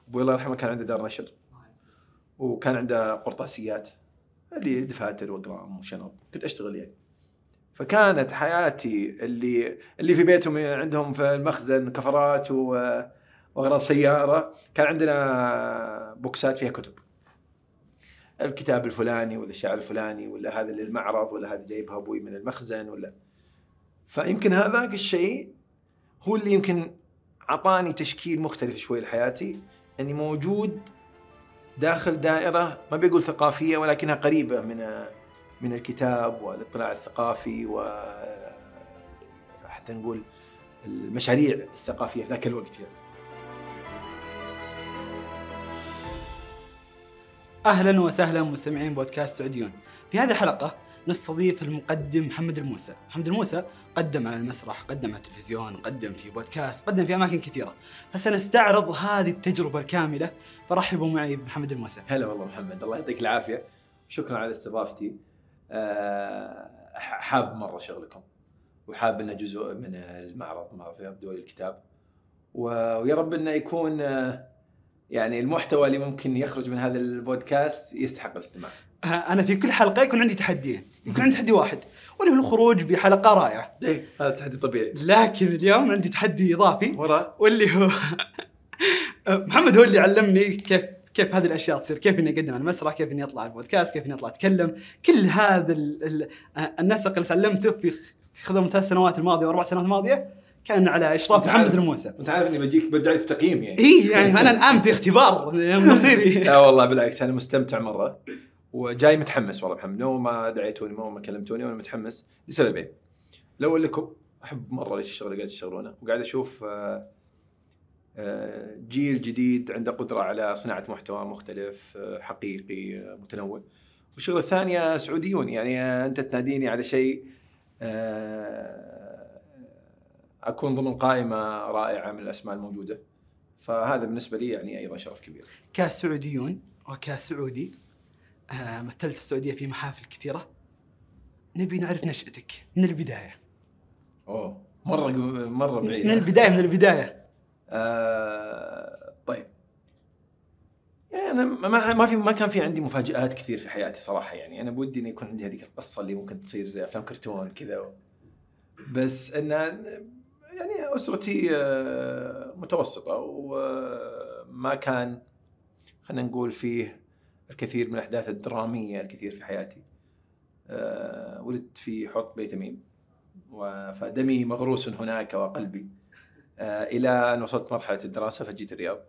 ابوي الله يرحمه كان عنده دار نشر، وكان عنده قرطاسيات اللي دفاتر واقلام وشنط، كنت اشتغل يعني. فكانت حياتي اللي في بيتهم عندهم في المخزن كفرات واغراض سياره، كان عندنا بوكسات فيها كتب، الكتاب الفلاني ولا الشعر الفلاني ولا هذا للمعرض ولا هذا جايبها ابوي من المخزن ولا. فيمكن هذاك الشيء هو اللي يمكن عطاني تشكيل مختلف شوي لحياتي، اني موجود داخل دائرة ما بيقول ثقافية ولكنها قريبة من الكتاب والاطلاع الثقافي وحتى نقول المشاريع الثقافية في ذاك الوقت يعني. أهلا وسهلا مستمعين بودكاست سعوديون. في هذه الحلقة نستضيف المقدم محمد الموسى. محمد الموسى قدم على المسرح، قدم على التلفزيون، قدم في بودكاست، قدم في أماكن كثيرة، فسنستعرض هذه التجربة الكاملة. فرحبوا معي بمحمد الموسى. هلا والله محمد، الله يعطيك العافية، شكرا على استضافتي. حاب مرة شغلكم، وحاب أنه جزء من معرض رياض دولي الكتاب، ويا رب أنه يكون يعني المحتوى اللي ممكن يخرج من هذا البودكاست يستحق الاستماع. أنا في كل حلقة يكون عندي تحديين، يكون عندي تحدي واحد واللي هو الخروج بحلقة رائعة. هذا تحدي طبيعي، لكن اليوم عندي تحدي إضافي واللي هو محمد هو اللي علمني كيف هذه الأشياء تصير، كيف إني أقدم على المسرح، كيف إني أطلع على البودكاست، كيف إني أطلع أتكلم. كل هذا النسق اللي تعلمته في خلال 3 سنوات الماضية و4 سنوات الماضية كان على إشراف محمد الموسى. أنت عارف إني برجع لك بتقييم يعني. يعني أنا الآن في اختبار مصيري. لا والله بالعكس، أنا مستمتع مرة وجاي متحمس والله محمد. لو ما دعيتوني ما كلمتوني وأنا متحمس لسببين. الأول لكم، أحب مرة الشغل اللي قاعد تشتغلونه، وقاعد أشوف جيل جديد عنده قدرة على صناعة محتوى مختلف حقيقي متنوع. والشغلة الثانية سعوديون، يعني أنت تناديني على شيء أكون ضمن قائمة رائعة من الأسماء الموجودة، فهذا بالنسبة لي يعني أيضا شرف كبير. كسعوديون وكسعودي مثلت السعودية في محافل كثيرة، نبي نعرف نشأتك من البداية. مرة بعيد. من البداية. طيب، يعني أنا ما كان في عندي مفاجآت كثير في حياتي صراحة. يعني أنا بودي إن يكون عندي هذيك القصة اللي ممكن تصير أفلام كرتون كذا، بس إن يعني أسرتي متوسطة، وما كان خلينا نقول فيه الكثير من الأحداث الدرامية الكثير في حياتي. ولدت في حوط بيت تميم، فدمي مغروس هناك وقلبي، إلى أن وصلت مرحلة الدراسة فجيت الرياض.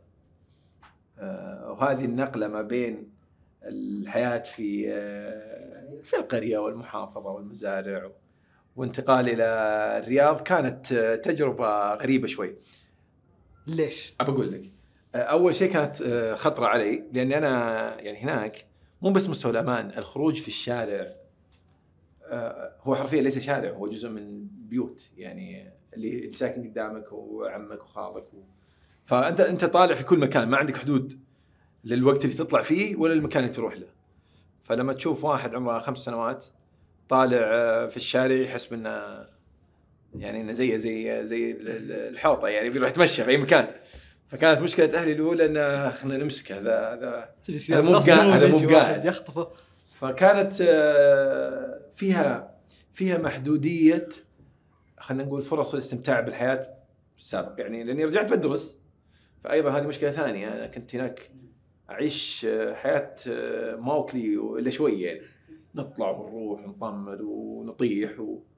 وهذه النقلة ما بين الحياة في القرية والمحافظة والمزارع وانتقال إلى الرياض كانت تجربة غريبة شوي. ليش؟ أقول لك، أول شيء كانت خطرة علي، لأني أنا يعني هناك مو بس مستوى الأمان، الخروج في الشارع هو حرفيا ليس شارع، هو جزء من بيوت، يعني اللي ساكن قدامك وعمك وخالك فأنت طالع في كل مكان، ما عندك حدود للوقت اللي تطلع فيه ولا المكان اللي تروح له. فلما تشوف واحد عمره 5 سنوات طالع في الشارع يحس إنه يعني إنه زي الحوطة، يعني بيروح يتمشى في أي مكان. فكانت مشكلة أهلي الأولى إن خلنا نمسك هذا مو قاعد يخطفه. فكانت فيها محدودية، خلنا نقول فرص الاستمتاع بالحياة السابق، يعني لأني رجعت بدرس، فأيضا هذه مشكلة ثانية. أنا كنت هناك أعيش حياة ما وكلي إلا شوي، يعني نطلع ونروح ونطمر ونطيح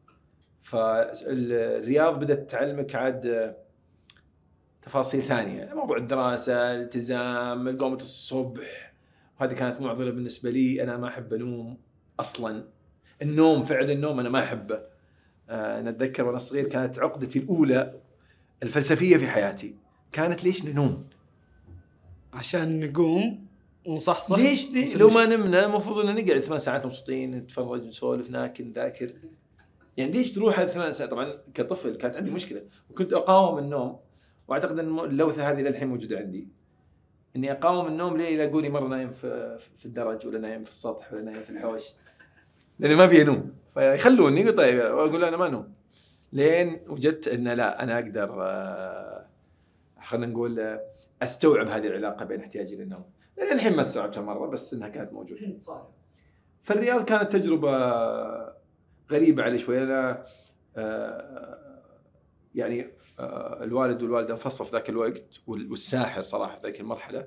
فالرياض بدأت تعلمك عاد تفاصيل ثانية، موضوع الدراسة، الالتزام، قومة الصبح، وهذه كانت معضلة بالنسبة لي. أنا ما أحب أنوم أصلاً، فعل النوم أنا ما أحبه. نتذكر وأنا صغير كانت عقدتي الأولى الفلسفية في حياتي كانت ليش ننوم؟ عشان نقوم ونصحصح. ليش لو ما نمنا المفروض أن نقعد 8 ساعات مبسوطين، نتفرج، نسولف، ناكل، نذاكر. يعني ليش تروح هذه 8 ساعات؟ طبعا كطفل كانت عندي مشكلة وكنت أقاوم النوم، وأعتقد أن اللوثة هذه للحين موجودة عندي، إني أقاوم النوم. ليه يلاقوني مرة نايم في الدرج، ولا نايم في السطح، ولا نايم في الحوش، لأني ما أبي أنوم، فيخلوني. طيب أقول أنا ما أنوم، لين وجدت إن لا، أنا أقدر خلينا نقول استوعب هذه العلاقه بين احتياجي للنوم. الحين ما استوعبتها مره، بس انها كانت موجوده. فالرياض كانت تجربه غريبه علي شوي. انا يعني الوالد والوالده انفصلوا في ذاك الوقت، والساحر صراحه في ذاك المرحله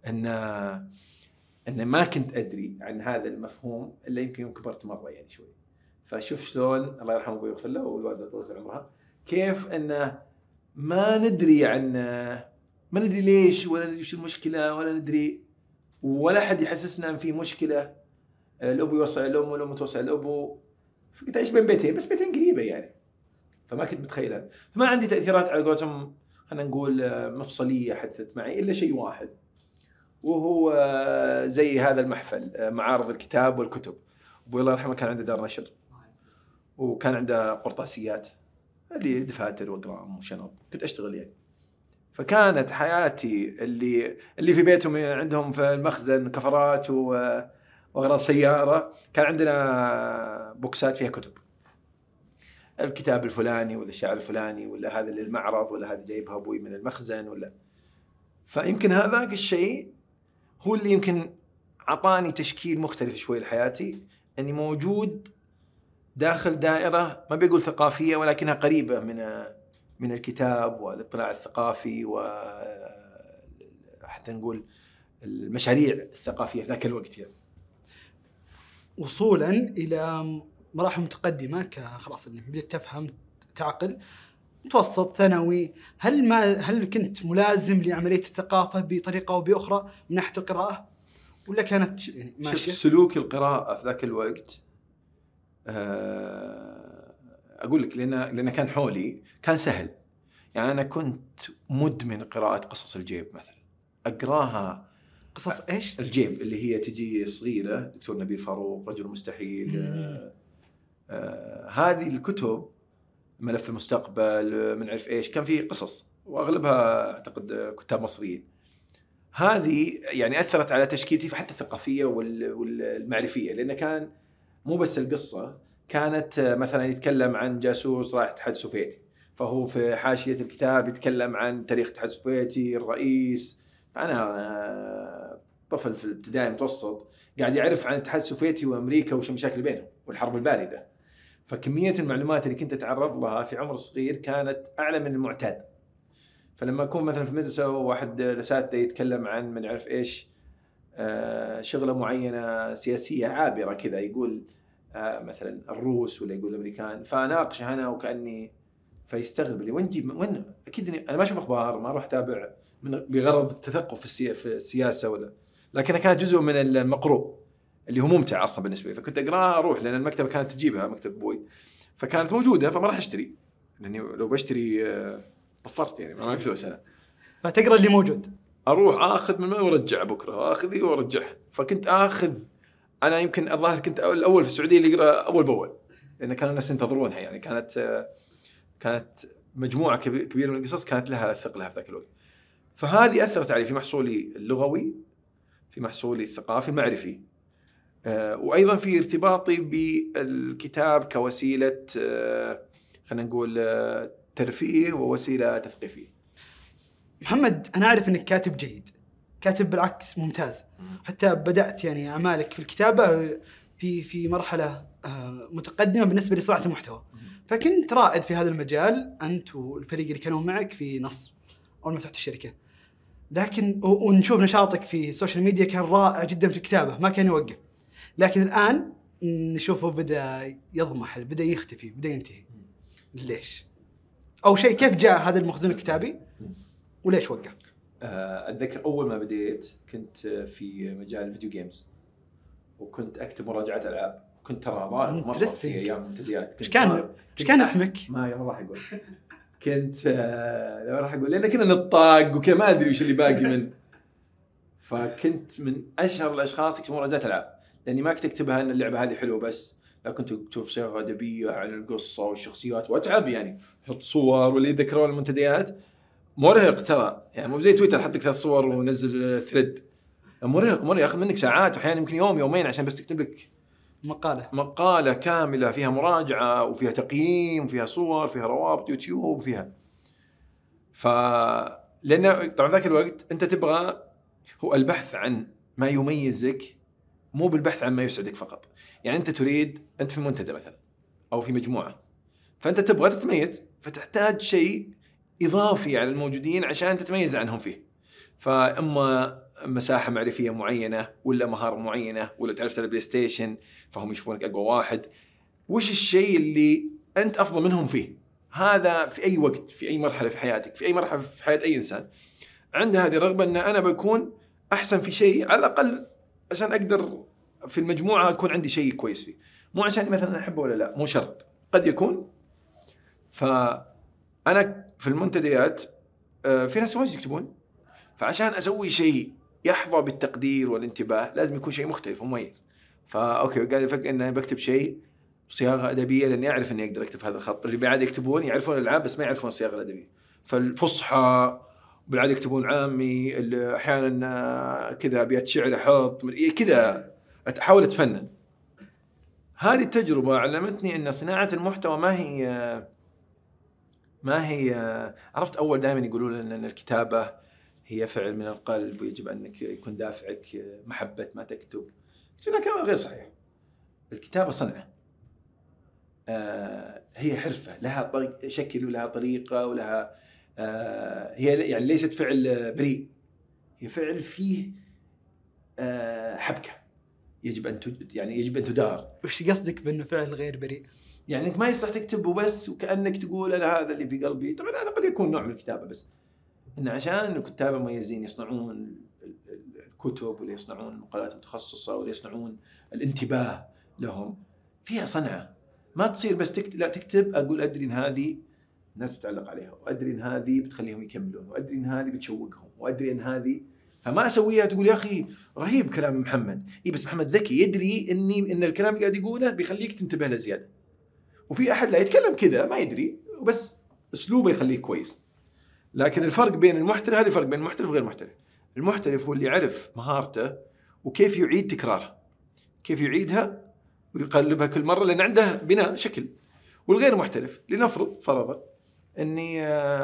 ان ما كنت ادري عن هذا المفهوم الا يمكن يوم كبرت مره يعني شوي. فشوف شلون الله يرحمه ابوي ويغفر له والوالده طول عمرها، كيف انه ما ندري عن ما ندري ليش، ولا ندري وش المشكله، ولا ندري، ولا حد يحسسنا ان في مشكله. الابو يوصل الام والام توصل الابو، فكنت اعيش بين بيتين، بس بيتين قريبه يعني، فما كنت متخيلها. فما عندي تاثيرات على قولتهم خلينا نقول مفصليه حدثت معي الا شيء واحد، وهو زي هذا المحفل معارض الكتاب والكتب. ابوي الله يرحمه كان عنده دار نشر، وكان عنده قرطاسيات اللي دفاتر واقلام وشنط، كنت اشتغل يعني. فكانت حياتي اللي في بيتهم عندهم في المخزن كفرات واغراض سياره، كان عندنا بوكسات فيها كتب، الكتاب الفلاني ولا الشعر الفلاني ولا هذا للمعرض ولا هذا جايبها ابوي من المخزن ولا. فيمكن هذاك الشيء هو اللي يمكن عطاني تشكيل مختلف شوي لحياتي، اني موجود داخل دائره ما بيقول ثقافيه ولكنها قريبه من الكتاب والاطلاع الثقافي، وحتى نقول المشاريع الثقافيه في ذاك الوقت يعني. وصولا الى مراحل متقدمه خلاص اللي بديت تفهم تعقل، متوسط ثانوي، هل كنت ملازم لعمليه الثقافه بطريقه او باخرى من ناحيه القراءه، ولا كانت يعني ماشيه؟ سلوك القراءه في ذاك الوقت اقول لك لان كان حولي كان سهل يعني. انا كنت مدمن قراءه قصص الجيب مثلا، اقراها. قصص ايش؟ الجيب اللي هي تجي صغيره، دكتور نبيل فاروق، رجل مستحيل، هذه الكتب، ملف المستقبل، من عرف ايش، كان فيه قصص واغلبها اعتقد كتاب مصريين. هذه يعني اثرت على تشكيلتي حتى الثقافيه والمعرفيه، لان كان مو بس القصه، كانت مثلا يتكلم عن جاسوس راح الاتحاد السوفيتي، فهو في حاشيه الكتاب يتكلم عن تاريخ الاتحاد السوفيتي، الرئيس. فانا طفل في الابتدائي متوسط قاعد يعرف عن الاتحاد السوفيتي وامريكا وش المشاكل بينهم والحرب البارده. فكميه المعلومات اللي كنت اتعرض لها في عمر صغير كانت اعلى من المعتاد. فلما اكون مثلا في مدرسه وواحد الاساتذه يتكلم عن من يعرف ايش شغله معينه سياسيه عابره كذا، يقول مثلا الروس ولا يقول الامريكان، فاناقش انا وكاني، فيستغرب لي وين اكيد انا ما اشوف اخبار، ما اروح اتابع بغرض التثقف في السياسه ولا، لكنها كانت جزء من المقروء اللي هو ممتع اصلا بالنسبه لي. فكنت اقراها اروح، لان المكتبه كانت تجيبها، مكتب ابوي، فكانت موجوده، فما راح اشتري، لاني لو بشتري طفرت يعني، ما في فلوس انا. فتقرا اللي موجود، اروح اخذ من وارجع بكره، اخذ وارجع. فكنت اخذ، انا يمكن الظاهر كنت الاول في السعوديه اللي يقرا اول باول، لان كانوا الناس ينتظرونها يعني. كانت مجموعه كبيره من القصص كانت لها ثقلها في ذاك الوقت. فهذه اثرت علي في محصولي اللغوي، في محصولي الثقافي المعرفي، وايضا في ارتباطي بالكتاب كوسيله خلينا نقول ترفيه ووسيله تثقيفيه. محمد انا اعرف انك كاتب جيد، كاتب بالعكس ممتاز، حتى بدات يعني اعمالك في الكتابه في مرحله متقدمه بالنسبه لصناعه المحتوى، فكنت رائد في هذا المجال انت والفريق اللي كانوا معك في نص اول ما فتحت الشركه. لكن ونشوف نشاطك في السوشيال ميديا كان رائع جدا في الكتابه، ما كان يوقف. لكن الان نشوفه بدا يضمح، بدا يختفي، بدا ينتهي. ليش؟ او شيء كيف جاء هذا المخزون الكتابي وليش وقف؟ اتذكر اول ما بديت كنت في مجال الفيديو جيمز، وكنت اكتب مراجعات العاب، كنت ترى ضايع مره في ايام منتديات. ايش كان اسمك؟ ما راح اقول. كنت لا راح اقول، لان كنا نطاق وكذا، ما ادري وش اللي باقي من. فكنت من اشهر الاشخاص يكتبون مراجعات العاب، لاني ما كنت اكتبها ان اللعبه هذه حلوه بس، لا كنت اكتب صيغه ادبيه عن القصه والشخصيات واتعب يعني، احط صور واللي يذكرون المنتديات. مرهق ترى يعني، مو زي تويتر حط لك 3 صور ونزل ثريد. مرهق ياخذ منك ساعات، واحيانا يمكن يوم يومين عشان بس تكتب لك مقاله كامله فيها مراجعه وفيها تقييم وفيها صور، فيها روابط يوتيوب وفيها. لأن طبعا ذاك الوقت أنت تبغى هو البحث عن ما يميزك، مو بالبحث عن ما يسعدك فقط. يعني أنت تريد، أنت في منتدى مثلا أو في مجموعة، فأنت تبغى تتميز، فتحتاج شيء إضافي على الموجودين عشان تتميز عنهم فيه. فإما مساحة معرفية معينة، ولا مهارة معينة، ولا تعرف تلعب بلاي ستيشن فهم يشوفونك أقوى واحد. وش الشيء اللي أنت أفضل منهم فيه؟ هذا في أي وقت، في أي مرحلة في حياتك، في أي مرحلة في حياة أي إنسان عنده هذه الرغبة أن أنا بكون أحسن في شيء على الأقل عشان أقدر في المجموعة أكون عندي شيء كويس فيه، مو عشان مثلا أحبه ولا لا، مو شرط، قد يكون. فأنا في المنتديات في ناس واجد يكتبون، فعشان أسوي شيء يحظى بالتقدير والانتباه لازم يكون شيء مختلف ومميز. فأوكي قاعد أفكر إن بكتب شيء صياغة أدبية لأني أعرف إني أقدر أكتب هذا الخط. اللي بعد يكتبون يعرفون الألعاب بس ما يعرفون الصياغة الأدبية. فالفصحى بالعادة يكتبون عامي، اللي أحيانا كذا أبيات شعر أحط كذا، أحاول أتفنن. هذه التجربة علمتني أن صناعة المحتوى ما هي عرفت أول دائما يقولون أن الكتابة هي فعل من القلب ويجب أنك يكون دافعك محبة ما تكتب. هذا كلام غير صحيح. الكتابة صنعة، هي حرفة لها شكل ولها طريقة ولها هي يعني ليست فعل بريء، هي فعل فيه حبكة يجب أن تدار. وش قصدك بأنه فعل غير بريء؟ يعني أنك ما يصلح تكتب وبس وكأنك تقول أنا هذا اللي في قلبي. طبعا هذا قد يكون نوع من الكتابة، بس إن عشان الكتاب مميزين يصنعون الكتب ولا يصنعون المقالات المتخصصة ولا يصنعون الانتباه لهم، فيها صنعة. ما تصير بس لا تكتب أقول أدري إن هذه الناس بتعلق عليها، وأدري إن هذه بتخليهم يكملون، وأدري إن هذه بتشوقهم، وأدري إن هذه، فما أسويها تقول يا أخي رهيب كلام محمد، بس محمد ذكي يدري إن الكلام اللي قاعد يقوله بيخليك تنتبه له زيادة. وفي أحد لا يتكلم كذا ما يدري وبس أسلوبه يخليه كويس. لكن الفرق بين المحترف، هذا فرق بين المحترف وغير المحترف. المحترف هو اللي يعرف مهارته وكيف يعيد تكرارها، كيف يعيدها ويقلبها كل مرة لأن عنده بناء شكل. والغير محترف لنفرض فرضا أني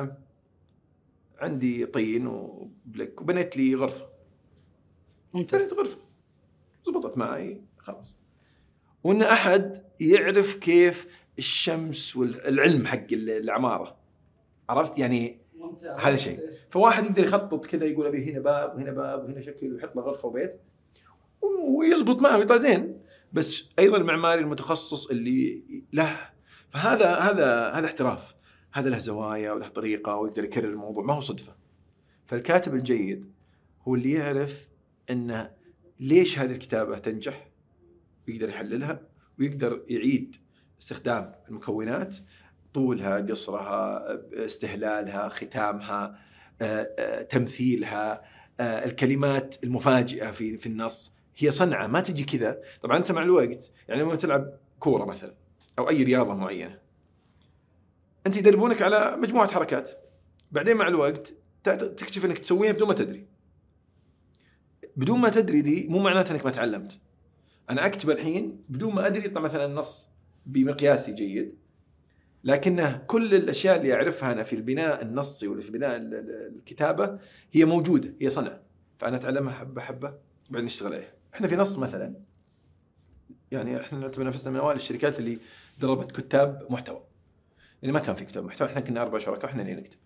عندي طين وبلك وبنيت لي غرفة، بنيت غرفة زبطت معي خلاص، وأن أحد يعرف كيف الشمس والعلم حق العمارة، عرفت يعني هذا شيء. فواحد يقدر يخطط كذا يقول أبي هنا باب وهنا باب وهنا شكل ويحط له غرفة وبيت ويزبط معه ويطلع زين. بس أيضا المعماري المتخصص اللي له، فهذا احتراف، هذا له زوايا وله طريقة ويقدر يكرر الموضوع، ما هو صدفة. فالكاتب الجيد هو اللي يعرف أنه ليش هذه الكتابة تنجح ويقدر يحللها ويقدر يعيد استخدام المكونات، طولها، قصرها، استهلالها، ختامها، تمثيلها، الكلمات المفاجئة في النص. هي صنعة ما تجي كذا. طبعا أنت مع الوقت يعني لما تلعب كورة مثلا أو أي رياضة معينة أنت يدربونك على مجموعة حركات، بعدين مع الوقت تكتشف أنك تسويها بدون ما تدري. بدون ما تدري دي مو معناته أنك ما تعلمت. أنا أكتب الحين بدون ما أدري يطلع مثلا النص بمقياسي جيد، لكنه كل الأشياء اللي أعرفها أنا في البناء النصي ولا في بناء الكتابة هي موجودة، هي صنع. فأنا أتعلمها حبة حبة بعدين نشتغل عليها. إحنا في نص مثلا يعني إحنا نعتبر نفسنا من أوائل الشركات اللي دربت كتاب محتوى، يعني ما كان في كتاب محتوى، إحنا كنا 4 شركاء وإحنا اللي نكتب.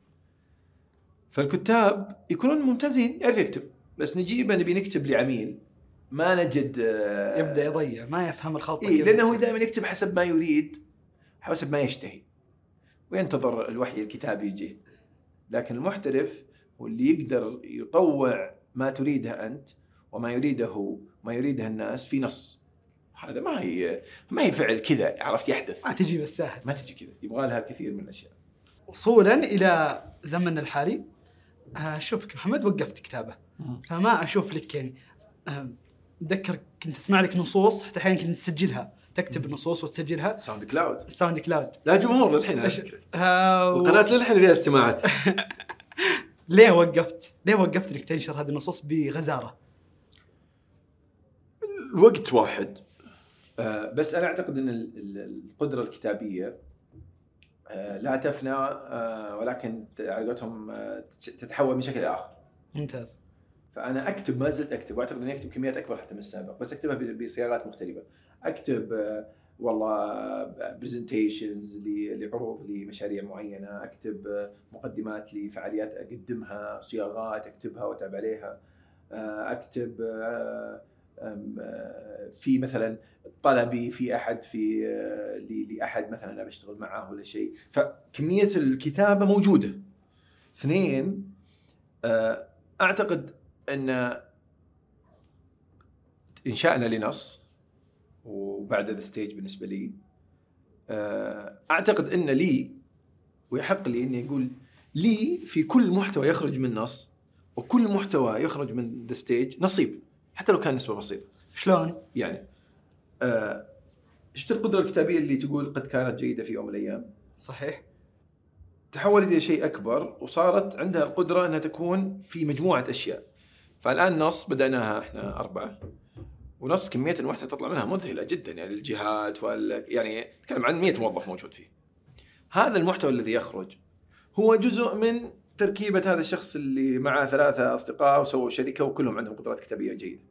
فالكتاب يكونون ممتازين يعرف يكتب، بس نبي نكتب لعميل ما نجد يبدأ يضيع، ما يفهم الخلطة. لأنه هو دائما يكتب حسب ما يريد، حسب ما يشتهي، وينتظر الوحي الكتابي يجي. لكن المحترف هو اللي يقدر يطوع ما تريده أنت وما يريده هو ما يريده الناس في نص. هذا ما هي فعل كذا عرفت يحدث، ما تجي بالساهل، ما تجي كذا، يبغى لها كثير من الأشياء. وصولا إلى زمننا الحالي أشوفك محمد وقفت كتابة، فما أشوف لك يعني أتذكر كنت أسمع لك نصوص حتى أحيانا كنت تسجلها، تكتب النصوص وتسجلها. ساوند كلاود لا جمهور للحين القناة للحين فيها استماعات. ليه وقفت انك تنشر هذه النصوص بغزارة؟ الوقت واحد. بس أنا أعتقد أن القدرة الكتابية لا تفنى ولكن على قولتهم تتحول من شكل آخر. ممتاز. فأنا أكتب، ما زلت أكتب، وأعتقد إني أكتب كميات أكبر حتى من السابق، بس أكتبها بصياغات مختلفة. أكتب والله برزنتيشنز لعروض لمشاريع معينة، أكتب مقدمات لفعاليات أقدمها، صياغات أكتبها وأتعب عليها، أكتب في مثلا طلبي في أحد لأحد مثلا أنا بشتغل معه ولا شيء، فكمية الكتابة موجودة. 2 أعتقد أن إنشاءنا لنص وبعد ذا ستيج بالنسبة لي أعتقد أن لي ويحق لي أني أقول لي في كل محتوى يخرج من نص وكل محتوى يخرج من ذا ستيج نصيب، حتى لو كان نسبة بسيطة. شلون؟ يعني شفت القدرة الكتابية اللي تقول قد كانت جيدة في يوم من الأيام؟ صحيح. تحولت إلى شيء أكبر وصارت عندها القدرة أنها تكون في مجموعة أشياء. فالآن نص بدأناها إحنا 4 ونص كمية المحتوى تطلع منها مذهلة جدا، يعني الجهات يعني نتكلم عن 100 موظف موجود فيه. هذا المحتوى الذي يخرج هو جزء من تركيبة هذا الشخص اللي معه 3 أصدقاء وسووا شركة وكلهم عندهم قدرات كتابية جيدة.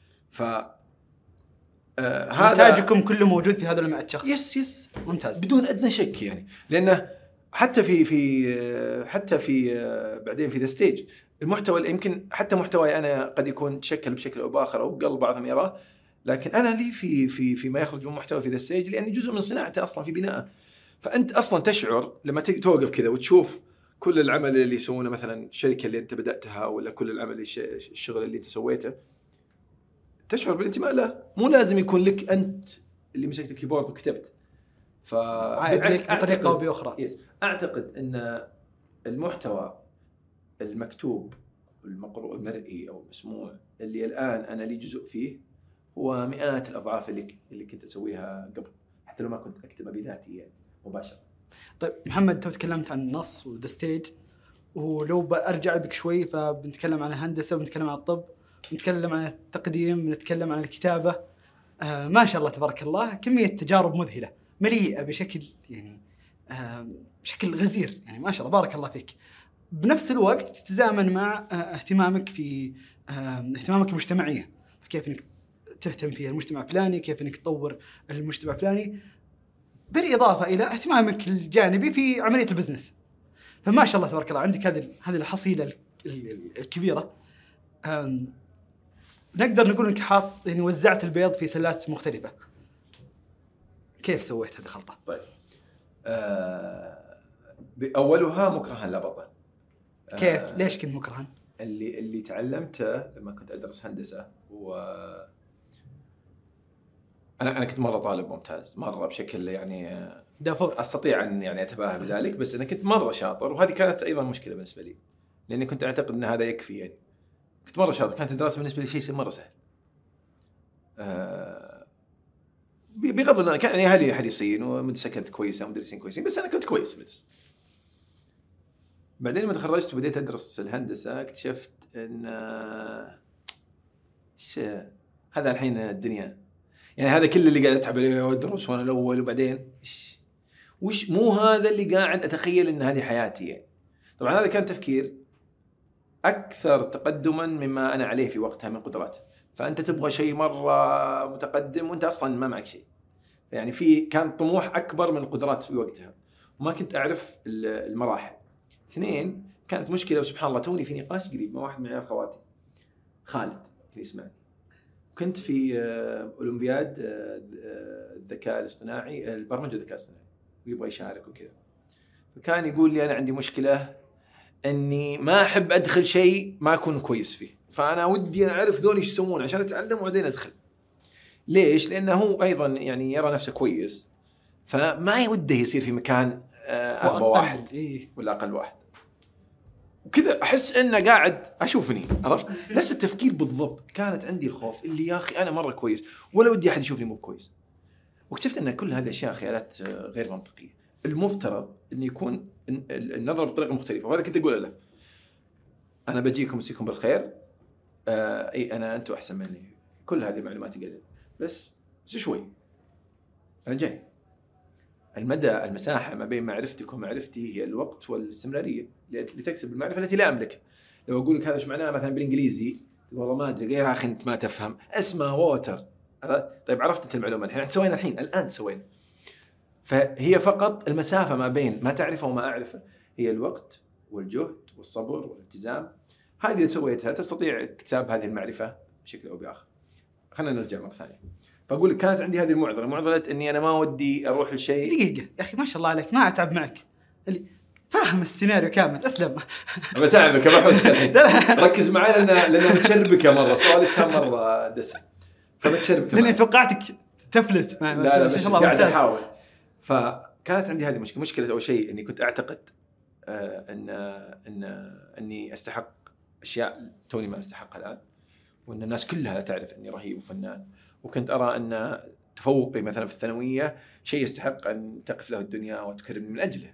هذا إنتاجكم كله موجود في هذا 100 شخص. يس ممتاز بدون أدنى شك، يعني لأنه حتى في بعدين في ذا ستيج المحتوى اللي يمكن حتى محتواي أنا قد يكون تشكل بشكل أو بآخر أو قل بعضهم يراه، لكن أنا لي في ما يخرج من محتوى في ذا ستيج لأني جزء من صناعته أصلا في بنائه. فأنت أصلا تشعر لما توقف كذا وتشوف كل العمل اللي يسوونه مثلا الشركة اللي أنت بدأتها ولا كل العمل الشغل اللي أنت سويته، تشعر بالانتماء له. مو لازم يكون لك أنت اللي مسكت الكيبورد وكتبت، بطريقة أو بأخرى. أعتقد أن المحتوى المكتوب المقروء المرئي أو المسموع اللي الآن أنا لي جزء فيه هو 100 الأضعاف اللي كنت أسويها قبل، حتى لو ما كنت أكتبها بذاتي يعني مباشرة. طيب محمد، تو تكلمت عن النص وذا ستيج، ولو برجع بك شوي فبنتكلم عن الهندسة وبنتكلم عن الطب، بنتكلم عن التقديم، بنتكلم عن الكتابة. ما شاء الله تبارك الله كمية تجارب مذهلة مليئة بشكل يعني بشكل غزير، يعني ما شاء الله بارك الله فيك. بنفس الوقت تتزامن مع اهتمامك في اهتمامك المجتمعية، كيف انك تهتم في المجتمع الفلاني، كيف انك تطور المجتمع الفلاني، بالإضافة إلى اهتمامك الجانبي في عملية البزنس. فما شاء الله تبارك الله عندك هذه الحصيلة الكبيرة. نقدر نقول انك حاط يعني وزعت البيض في سلات مختلفة. كيف سويت هذه الخلطة؟ طيب بأولها مكرها لا بطل. كيف؟ ليش كنت مكرها؟ اللي تعلمته لما كنت أدرس هندسة أنا كنت مرة طالب ممتاز مرة بشكل يعني دافور، أستطيع أن يعني أتباهى بذلك، بس أنا كنت مرة شاطر، وهذه كانت أيضا مشكلة بالنسبة لي لأني كنت أعتقد أن هذا يكفي. يعني كنت مرة شاطر، كانت الدراسة بالنسبة لي شيء مرة سهل. بغض النظر كان يعني أهلي حريصين ومدرسة كانت كويسة ومدرسين كويسين، بس أنا كنت كويس في المدرسة. بعدين لما تخرجت وبديت أدرس الهندسة اكتشفت أن هذا الحين الدنيا، يعني هذا كل اللي قاعد أتعب عليه وأدرس وأنا الأول، وبعدين وش مو هذا اللي قاعد أتخيل أن هذه حياتي يعني. طبعا هذا كان تفكير أكثر تقدما مما أنا عليه في وقتها من قدرات، فأنت تبغى شيء مرة متقدم وأنت أصلا ما معك شيء، يعني كان طموح أكبر من القدرات في وقتها وما كنت أعرف المراحل. 2 كانت مشكلة، وسبحان الله توني في نقاش قريب مع واحد من عيال خواتي خالد اللي يسمعني، كنت في أولمبياد الذكاء الاصطناعي، البرمجة الذكاء الاصطناعي، ويبغى يشارك وكذا، فكان يقول لي أنا عندي مشكلة أني ما أحب أدخل شيء ما أكون كويس فيه، فأنا ودي أعرف ذول إيش يسوون عشان أتعلم وبعدين أدخل. ليش؟ لأنه هو أيضا يعني يرى نفسه كويس، فما يوده يصير في مكان أغبى واحد ولا أقل واحد وكذا. أحس أنه قاعد أشوفني، عرفت؟ نفس التفكير بالضبط. كانت عندي الخوف اللي يا أخي أنا مرة كويس ولا ودي أحد يشوفني مو كويس. واكتشفت أن كل هذه الأشياء خيالات غير منطقية. المفترض أن يكون النظرة بطريقة مختلفة، وهذا كنت أقول له أنا بجيكم وسيكم بالخير، أي أنتوا أحسن مني، كل هذه المعلومات قاعدة، بس شوي أنا جاي المساحة ما بين معرفتك ومعرفتي هي الوقت والاستمرارية لتكسب المعرفة التي لا أملكها. لو أقول لك هذا إيش معناه مثلا بالإنجليزي، والله ما أدري، يا أخي أنت ما تفهم، اسمه ووتر. طيب عرفت أنت المعلومة الحين، سوينا الآن سوينا. فهي فقط المسافة ما بين ما تعرفه وما أعرفه هي الوقت والجهد والصبر والالتزام. هذه اللي سويتها تستطيع اكتساب هذه المعرفة بشكل أو بآخر. خلينا نرجع مرة ثانية. فأقول لك كانت عندي هذه معضلة إني أنا ما ودي أروح لشيء. دقيقة يا أخي ما شاء الله عليك، ما أتعب معك، اللي فاهم السيناريو كامل. أسلم. بتعبك يا محمد. ركز معي لأن متشربكة مرة، سؤالك كان مرة دسم فبتشربك. لأني توقعتك تفلت. ما شاء الله قاعد أحاول. فكانت عندي هذه مشكلة أول شيء إني كنت أعتقد أني أستحق أشياء توني ما أستحقها الآن، وأن الناس كلها تعرف أني رهيب وفنان. وكنت أرى أن تفوقي مثلا في الثانوية شيء يستحق أن تقف له الدنيا وتكرمني من أجله.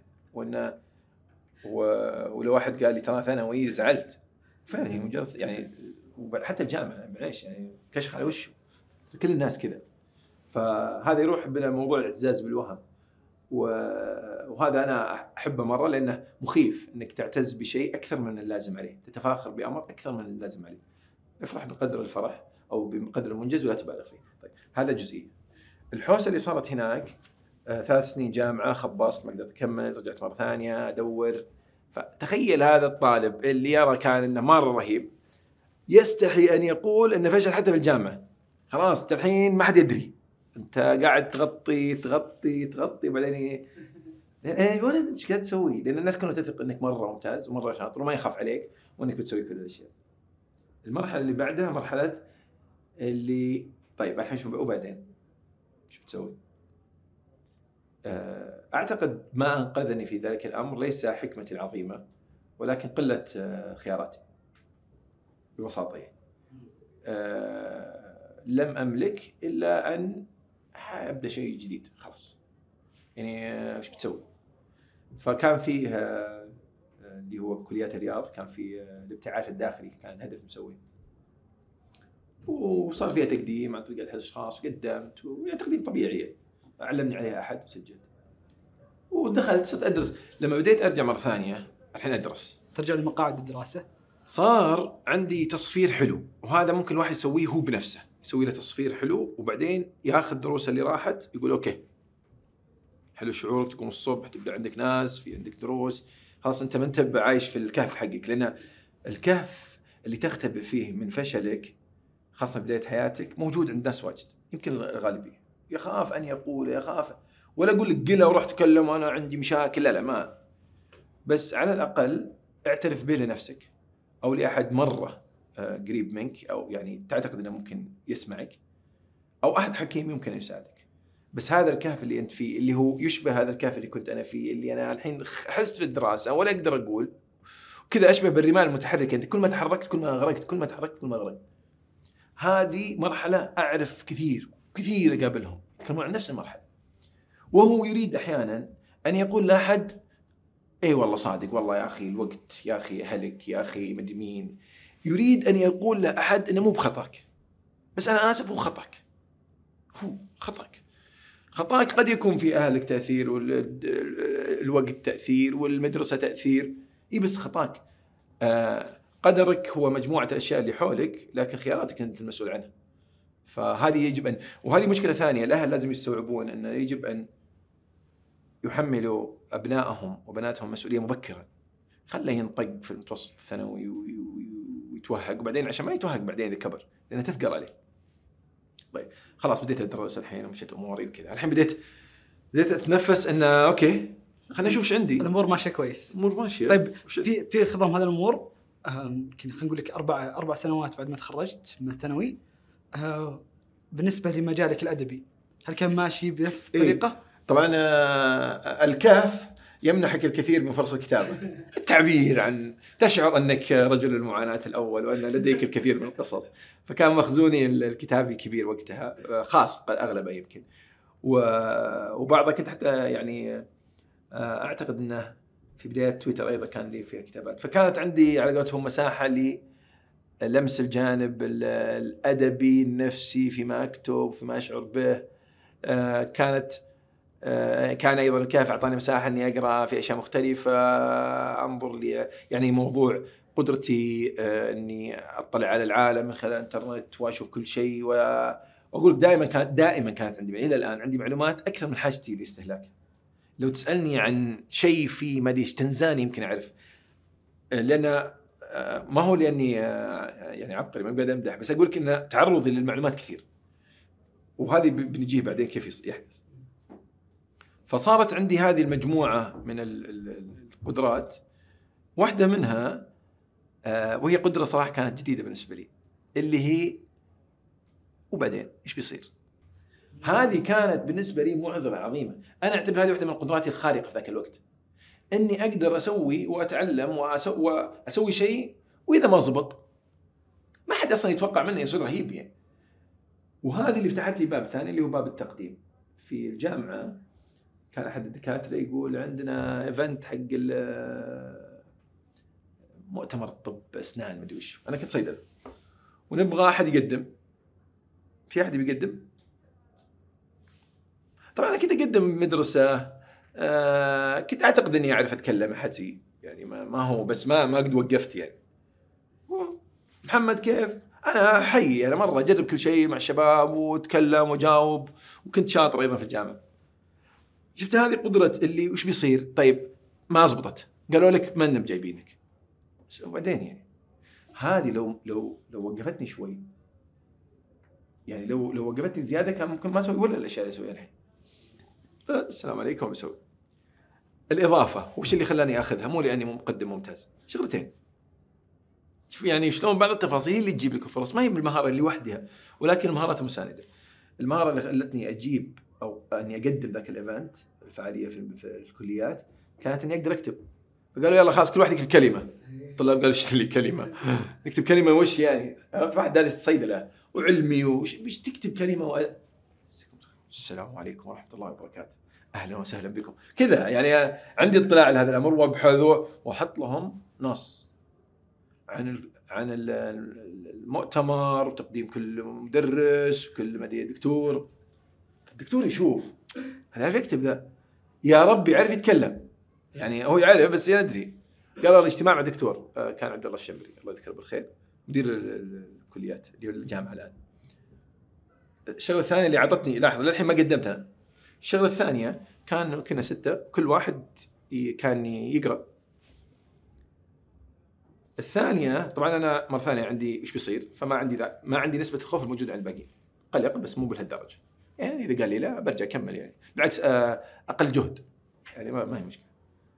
ولو واحد قال لي ترى ثانوي زعلت، فعلا هي مجرد يعني. حتى الجامعة معليش يعني كشخ على وشه، كل الناس كذا. فهذا يروح بنا موضوع الاعتزاز بالوهم، وهذا أنا أحبه مرة لأنه مخيف إنك تعتز بشيء أكثر من اللازم عليه، تتفاخر بأمر أكثر من اللازم عليه. افرح بقدر الفرح أو بقدر المنجز ولا تبالغ فيه. طيب هذا جزئية. الحوسة اللي صارت هناك 3 سنين جامعة، خبصت ما قدرت أكمل، رجعت مرة ثانية أدور. فتخيل هذا الطالب اللي يرى كان إنه مرة رهيب يستحي أن يقول إنه فشل حتى في الجامعة. خلاص أنت الحين ما حد يدري، أنت قاعد تغطي بعدين يا ولد إيش قاعد تسوي؟ لأن الناس كانوا تثق إنك مرة ممتاز ومرة شاطر وما يخاف عليك وإنك بتسوي كل الأشياء. المرحلة اللي بعدها مرحلة اللي طيب الحين وبعدين إيش بتسوي؟ أعتقد ما أنقذني في ذلك الأمر ليس حكمتي العظيمة، ولكن قلة خياراتي ببساطة. لم أملك إلا أن أبدأ شيء جديد خلاص. يعني إيش بتسوي؟ فكان فيه اللي هو كليات الرياض، كان في الابتعاث الداخلي، كان هدف مسوي، وصار فيها تقديم عن طريق أحد الأشخاص، قدمت وهي تقديم طبيعي علمني عليها أحد وسجلت ودخلت صرت أدرس. لما بديت أرجع مرة ثانية الحين أدرس، ترجع لمقاعد الدراسة، صار عندي تصفير حلو. وهذا ممكن الواحد يسويه هو بنفسه، يسوي له تصفير حلو وبعدين ياخذ دروس اللي راحت، يقول أوكي حلو شعورك تقوم الصبح تبدأ عندك ناس، في عندك دروس، خلاص أنت ما أنت عايش في الكهف حقك. لأن الكهف اللي تختبئ فيه من فشلك خاصة بداية حياتك موجود عند ناس واجد، يمكن الغالبية يخاف أن يقول، يخاف، ولا أقول لك قله وروح تكلم وأنا عندي مشاكل، لا ما، بس على الأقل اعترف به لنفسك أو لأحد مرة قريب منك أو يعني تعتقد أنه ممكن يسمعك، أو أحد حكيم يمكن أن يساعدك. بس هذا الكهف اللي أنت فيه اللي هو يشبه هذا الكهف اللي كنت أنا فيه، اللي أنا الحين حست في الدراسة ولا أقدر أقول كذا، أشبه بالرمال المتحركة، أنت كل ما تحركت كل ما غرقت، كل ما تحركت كل ما غرقت. هذه مرحلة أعرف كثير أقابلهم يتكلمون عن نفس المرحلة، وهو يريد أحيانا أن يقول لأحد أي والله صادق، والله يا أخي الوقت، يا أخي أهلك، يا أخي مدري مين. يريد أن يقول لأحد إنه مو بخطأك، بس أنا آسف، هو خطأك، هو خطأك قد يكون في أهلك تأثير، والوقت تأثير، والمدرسة تأثير، بس خطأك. قدرك هو مجموعة الأشياء اللي حولك، لكن خياراتك أنت المسؤول عنها. فهذه يجب أن، وهذه مشكلة ثانية الأهل لازم يستوعبون أنه يجب أن يحملوا أبنائهم وبناتهم مسؤولية مبكرا. خله ينطق في المتوسط الثانوي ويتوهق، وبعدين عشان ما يتوهق بعدين إذا كبر، لأنه تثقل عليه. طيب خلاص بديت أدرس الحين ومشيت أموري وكذا، الحين بديت أتنفس إنه أوكي خلنا نشوف إيش عندي. الأمور ماشية كويس، الأمور ماشية. طيب في خضم هذا الأمور، خلينا نقول لك 4 سنوات بعد ما تخرجت من الثانوي، بالنسبة لمجالك الأدبي هل كان ماشي بنفس الطريقة؟ طبعا الكهف يمنحك الكثير من فرص الكتابة، التعبير عن، تشعر أنك رجل المعاناة الأول وأن لديك الكثير من القصص. فكان مخزوني الكتابي كبير وقتها، خاص أغلبه يمكن، وبعضها كنت حتى يعني أعتقد أنه في بداية تويتر أيضا كان لي فيها كتابات. فكانت عندي على قولتهم مساحة للمس الجانب الأدبي النفسي فيما أكتب، فيما أشعر به. كانت كان أيضا الكهف أعطاني مساحة أني أقرأ في أشياء مختلفة، أنظر لي يعني موضوع قدرتي أني أطلع على العالم من خلال الإنترنت وأشوف كل شيء، وأقول دائما كانت عندي إلى الآن عندي معلومات أكثر من حاجتي لاستهلاكها. لو تسألني عن شيء في مديش تنزاني يمكن أعرف، لأن ما هو لأني يعني عبقري ما قاعد أمدح، بس أقولك إن تعرضي للمعلومات كثير، وهذه بنجيه بعدين كيف يحدث. فصارت عندي هذه المجموعة من القدرات، واحدة منها وهي قدرة صراحة كانت جديدة بالنسبة لي، اللي هي وبعدين إيش بيصير. هذه كانت بالنسبة لي معضلة عظيمة. أنا أعتبر هذه واحدة من قدراتي الخارقة في ذاك الوقت، إني أقدر أسوي وأتعلم وأسوي شيء، وإذا ما زبط ما حد أصلا يتوقع مني يصير رهيب يعني. وهذه اللي فتحت لي باب ثاني اللي هو باب التقديم. في الجامعة كان أحد الدكاترة يقول عندنا إيفنت حق مؤتمر طب أسنان مدري وش، أنا كنت صيدلة ونبغى أحد يقدم. في أحد بيقدم؟ طبعا أنا كنت أقدم مدرسة، كنت أعتقد أني أعرف أتكلم أحد يعني ما هو بس ما قد وقفت يعني. محمد كيف؟ أنا حي، أنا مرة أجرب كل شيء مع الشباب وأتكلم وجاوب، وكنت شاطر أيضا في الجامعة. شفت هذه قدرة اللي وش بيصير؟ طيب ما زبطت، قالوا لك ما نب جايبينك، وبعدين يعني هذه لو وقفتني شوي، يعني لو وقفتني زيادة كان ممكن ما أسوي ولا الأشياء اللي أسويها الحين. السلام عليكم بسوي الإضافة. وش اللي خلاني أخذها؟ مو لأني مقدم ممتاز، شغلتين. شوف يعني شلون بعض التفاصيل اللي تجيب لك الفرص، ما هي بالمهارة اللي وحدها، ولكن المهارات المساندة. المهارة اللي خلتني أجيب أو أني أقدم ذاك الإيفنت الفعالية في الكليات كانت أني أقدر أكتب. فقالوا يلا خلاص كل واحد يكتب كلمة. الطلاب قالوا ايش لي كلمة؟ نكتب كلمة وش يعني؟ واحد دارس صيدلة وعلمي وش تكتب كلمة السلام عليكم ورحمة الله وبركاته، أهلا وسهلا بكم كذا يعني. عندي اطلاع على هذا الأمر وأبحث وأحط لهم نص عن المؤتمر وتقديم كل مدرس وكل مدري دكتور. الدكتور يشوف هل يعرف يكتب ذا؟ يا رب يعرف يتكلم يعني، هو يعرف بس يدري. قال الاجتماع مع دكتور كان عبد الله الشمري الله يذكره بالخير، مدير الكليات اللي هو الجامعة الآن. الشغلة الثانية اللي عطتني لاحظ للحين ما قدمتها، الشغلة الثانية كنا 6 كل واحد كان يقرأ. الثانية طبعا أنا مرة ثانية عندي إيش بيصير، فما عندي نسبة الخوف الموجودة عند الباقيين، قلق بس مو بهالدرجة يعني. إذا قال لي لا برجع أكمل يعني، بالعكس أقل جهد يعني ما هي مشكلة.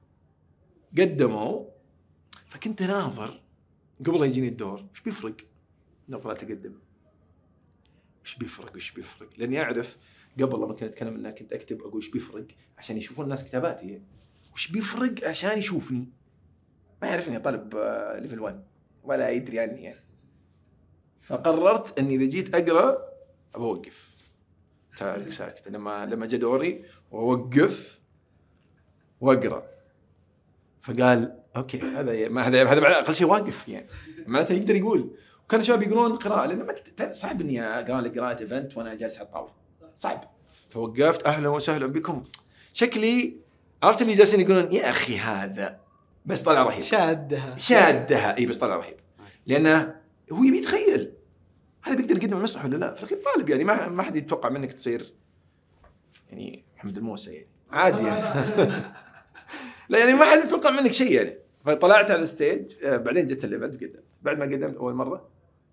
قدموا فكنت ناظر قبل يجيني الدور إيش بيفرق لو طلعت أقدم، إيش بيفرق لأني أعرف قبل لما كنت أتكلم إن كنت أكتب أقول إيش بيفرق عشان يشوفون الناس كتاباتي، وإيش بيفرق عشان يشوفني. ما يعرفني طالب ليفل 1 ولا يدري عني يعني. فقررت أني إذا جيت أقرأ أوقف ساكت لما جاء دوري وأوقف وأقرأ. فقال أوكي هذا أقل شيء واقف يعني، معناته يقدر يقول. وكان الشباب يقولون قراءة، لأنه ما صعب إني أقرأ لك قراءة إيفنت وأنا جالس على الطاولة، صعب. فوقفت أهلا وسهلا بكم، شكلي عرفت اللي جالسين يقولون يا أخي هذا بس طلع رهيب، شادها اي بس طلع رهيب، لانه هو يبي يتخيل هذا بيقدر يقدم المسرح ولا لا. في الاخير طالب يعني ما حد يتوقع منك تصير يعني محمد الموسى يعني عادي يعني. لا يعني ما حد يتوقع منك شيء يعني. فطلعت على الستيج، بعدين جت الايفنت قدمت. بعد ما قدمت اول مره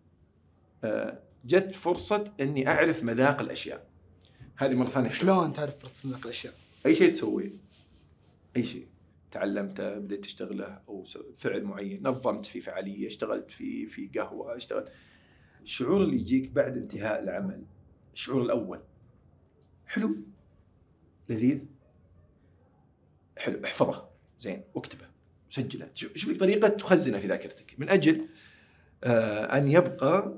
جت فرصه اني اعرف مذاق الاشياء. هذه مره ثانيه. شلون تعرف فرصه مذاق الاشياء؟ اي شيء تسويه، اي شيء تعلمته بديت تشتغله أو فعل معين، نظمت في فعالية، اشتغلت في قهوة، اشتغلت. الشعور اللي يجيك بعد انتهاء العمل، الشعور الأول حلو لذيذ حلو، احفظه زين واكتبه سجله، شوف لك طريقة تخزنه في ذاكرتك من أجل أن يبقى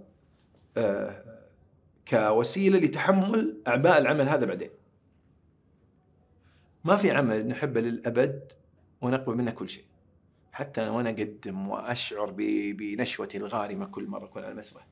كوسيلة لتحمل أعباء العمل هذا بعدين. ما في عمل نحبه للأبد ونقبل منه كل شيء، حتى وأنا أقدم وأشعر بنشوتي الغارمة كل مرة أكون على المسرح.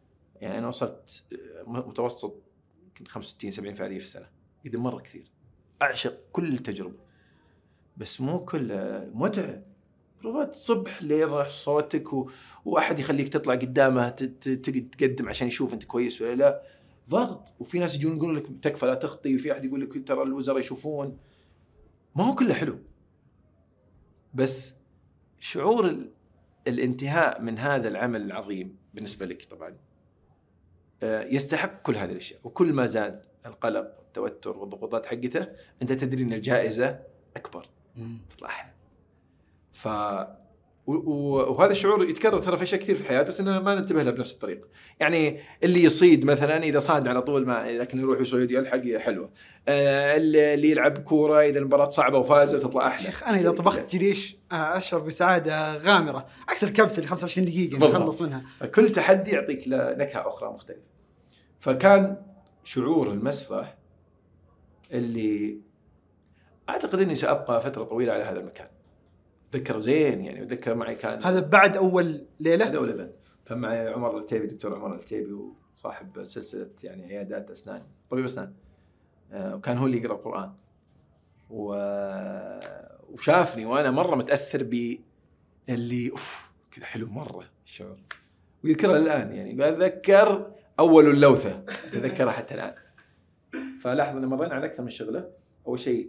يعني أنا وصلت متوسط 65-70 فعالية في السنة، قدم مرة كثير. اعشق كل تجربه، بس مو كل متعه. بروفات الصبح لين راح صوتك واحد يخليك تطلع قدامه تقدم عشان يشوف انت كويس ولا لا، ضغط. وفي ناس يجون يقولون لك تكفى لا تخطي، وفي احد يقول لك ترى الوزراء يشوفون. ما هو كله حلو، بس شعور الانتهاء من هذا العمل العظيم بالنسبه لك طبعا يستحق كل هذه الاشياء. وكل ما زاد القلق والتوتر والضغوطات حقته، انت تدري ان الجائزه اكبر تطلع احلى. وهذا الشعور يتكرر ترى في اشياء كثير في الحياه، بس انه ما ننتبه له بنفس الطريقه. يعني اللي يصيد مثلا اذا صاد على طول، ما لكن يروح يصيد يلحق حلوه. اللي يلعب كوره اذا المباراه صعبه وفاز تطلع احلى. شيخ انا اذا طبخت جريش اشعر بسعاده غامره عكس الكبسه اللي 25 دقيقه نخلص منها. كل تحدي يعطيك نكهه اخرى مختلفه. فكان شعور المسرح اللي اعتقد اني سابقى فتره طويله على هذا المكان. ذكر زين يعني، وذكر معي كان هذا بعد اول ليله. بعد اول ايفنت كان معي عمر العتيبي، دكتور عمر العتيبي، وصاحب سلسله يعني عيادات اسنان، طبيب اسنان، وكان هو اللي يقرا القران، وشافني وانا مره متاثر باللي كذا حلو مره الشعور، ويذكرها الان يعني. قال اتذكر اول اللوثه اتذكرها حتى الان. فلاحظ ان مرينا على اكثر من شغله. اول شيء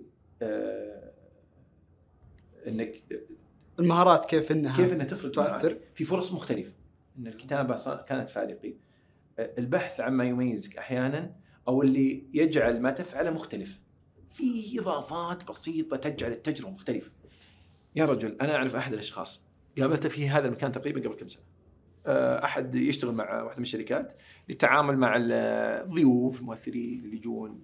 انك المهارات كيف انها تفرق تؤثر في فرص مختلفه. ان الكتابه كانت فارقه، البحث عما يميزك احيانا او اللي يجعل ما تفعله مختلف، في اضافات بسيطه تجعل التجربه مختلفه. يا رجل انا اعرف احد الاشخاص قابلته في هذا المكان تقريبا قبل كم سنه، احد يشتغل مع واحده من الشركات للتعامل مع الضيوف الممثلين اللي يجون.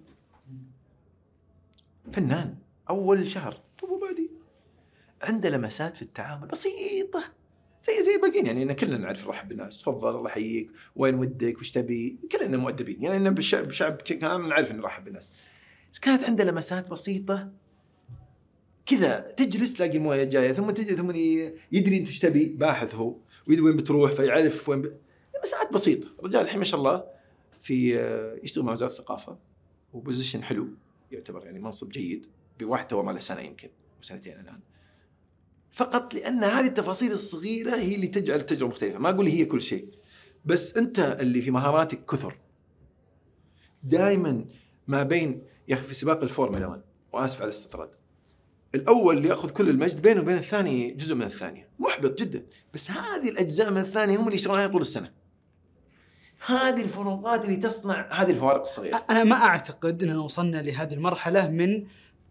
فنان اول شهر وبعدين عنده لمسات في التعامل بسيطه زي الباقيين، يعني ان كلنا نعرف نرحب بالناس، تفضل الله يحييك، وين ودك، وش تبي، كلنا مؤدبين يعني، ان بالشعب كامل نعرف نرحب بالناس. بس كانت عنده لمسات بسيطه كذا، تجلس تلاقي المويه جايه، ثم تجي ثم يدري انت ايش تبي، باحث هو ويدري وين بتروح فيعرف وين لمسات بسيطه. الرجال الحين ما شاء الله في يشتغل مع وزاره الثقافه، وبوزيشن حلو يعتبر يعني منصب جيد، بواحد تو ما له سنه يمكن وسنتين الان، فقط لأن هذه التفاصيل الصغيرة هي اللي تجعل التجربة مختلفة. ما أقول هي كل شيء، بس أنت اللي في مهاراتك كثر دائما ما بين. يا أخي في سباق الفورمولا 1، وآسف على الاستطراد، الأول اللي يأخذ كل المجد بينه وبين الثاني جزء من الثانية، محبط جدا. بس هذه الأجزاء من الثانية هم اللي يشتغلون عليها طول السنة. هذه الفروقات اللي تصنع هذه الفوارق الصغيرة. أنا ما أعتقد أننا وصلنا لهذه المرحلة من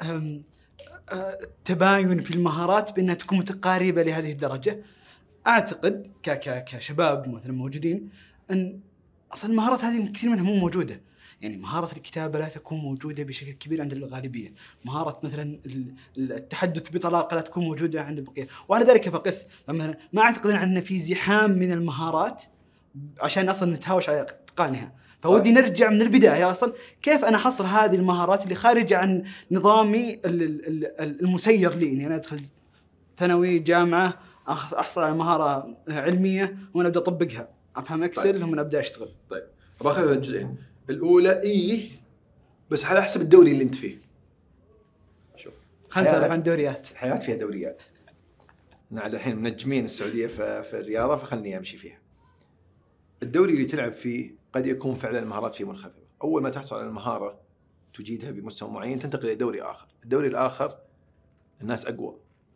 تباين في المهارات بأنها تكون متقاربة لهذه الدرجة. أعتقد كشباب مثلا موجودين أن أصلا المهارات هذه كثير منها مو موجودة. يعني مهارة الكتابة لا تكون موجودة بشكل كبير عند الغالبية، مهارة مثلا التحدث بطلاقة لا تكون موجودة عند البقية. وعلى ذلك فقس مثلا ما أعتقد أن في زحام من المهارات عشان أصلا نتهاوش على إتقانها. فودي نرجع من البداية أصلا كيف أنا حصر هذه المهارات اللي خارجة عن نظامي المسير لي، إني أنا أدخل ثانوي جامعة أحصل على مهارة علمية وأنا أبدأ أطبقها، أفهم إكسل ومن أبدأ أشتغل. طيب باخذ الجزئين. الأولى بس على حسب الدوري اللي أنت فيه. شوف خلنا نسولف عن الدوريات. الحياة فيها دوريات. نحن الحين منجمين السعودية في الرياضة، فخلني أمشي فيها. الدوري اللي تلعب فيه قد يكون فعلا المهارات فيه منخفضة. أول ما تحصل على المهارة تجيدها بمستوى معين تنتقل إلى دوري آخر. الدوري الآخر الناس أقوى.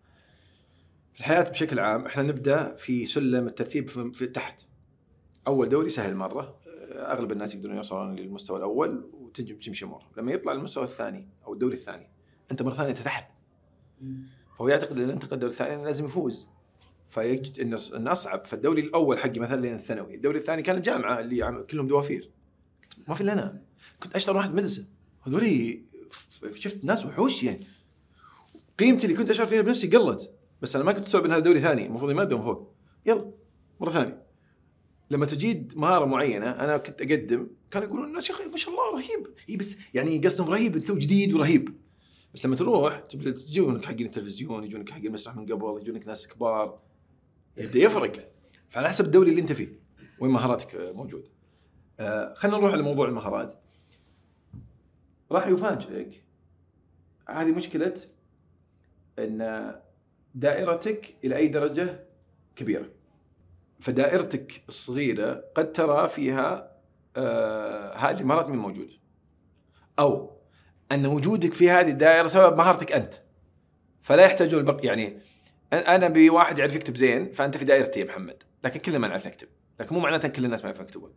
في الحياة بشكل عام إحنا نبدأ في سلم الترتيب في تحت. أول دوري سهل مرة، أغلب الناس يقدرون يوصلون للمستوى الأول وتمشي أمور. لما يطلع المستوى الثاني أو الدوري الثاني أنت مرة ثانية تحت، فهو يعتقد أن ينتقل الدوري الثاني لازم يفوز، فيجد إن أصعب. فالدوري الأول حقي مثلا لين الثانوي، الدوري الثاني كان الجامعة اللي كلهم دوافير، ما في إلا أنا كنت أشتغل واحد مدرسة. هذولي شفت ناس وحوش يعني، قيمتي اللي كنت أشعر فيها بنفسي قلت. بس أنا ما كنت أستوعب إن هذا دوري ثاني، المفروض ما أبدأ من فوق، يلا مرة ثانية. لما تجيد مهارة معينة، أنا كنت أقدم كان يقولون يا شيخ ما شاء الله رهيب، بس يعني قصدهم رهيب أنت جديد ورهيب. بس لما تروح تبدأ تجونك حقين التلفزيون، يجونك حقين المسرح من قبل، يجونك ناس كبار، يبدأ يفرق. فعلى حسب الدوري اللي أنت فيه وين مهاراتك موجودة. خلينا نروح على موضوع المهارات. راح يفاجئك هذه مشكلة ان دائرتك الى اي درجة كبيرة. فدائرتك الصغيرة قد ترى فيها هذه المهارات من موجودة، او ان وجودك في هذه الدائرة سبب مهارتك انت، فلا يحتاجون البقية. يعني انا بواحد يعرف يكتب زين فانت في دائرتي يا محمد، لكن كلنا ما نعرف نكتب، لكن مو معناته كل الناس ما يعرفون يكتبون.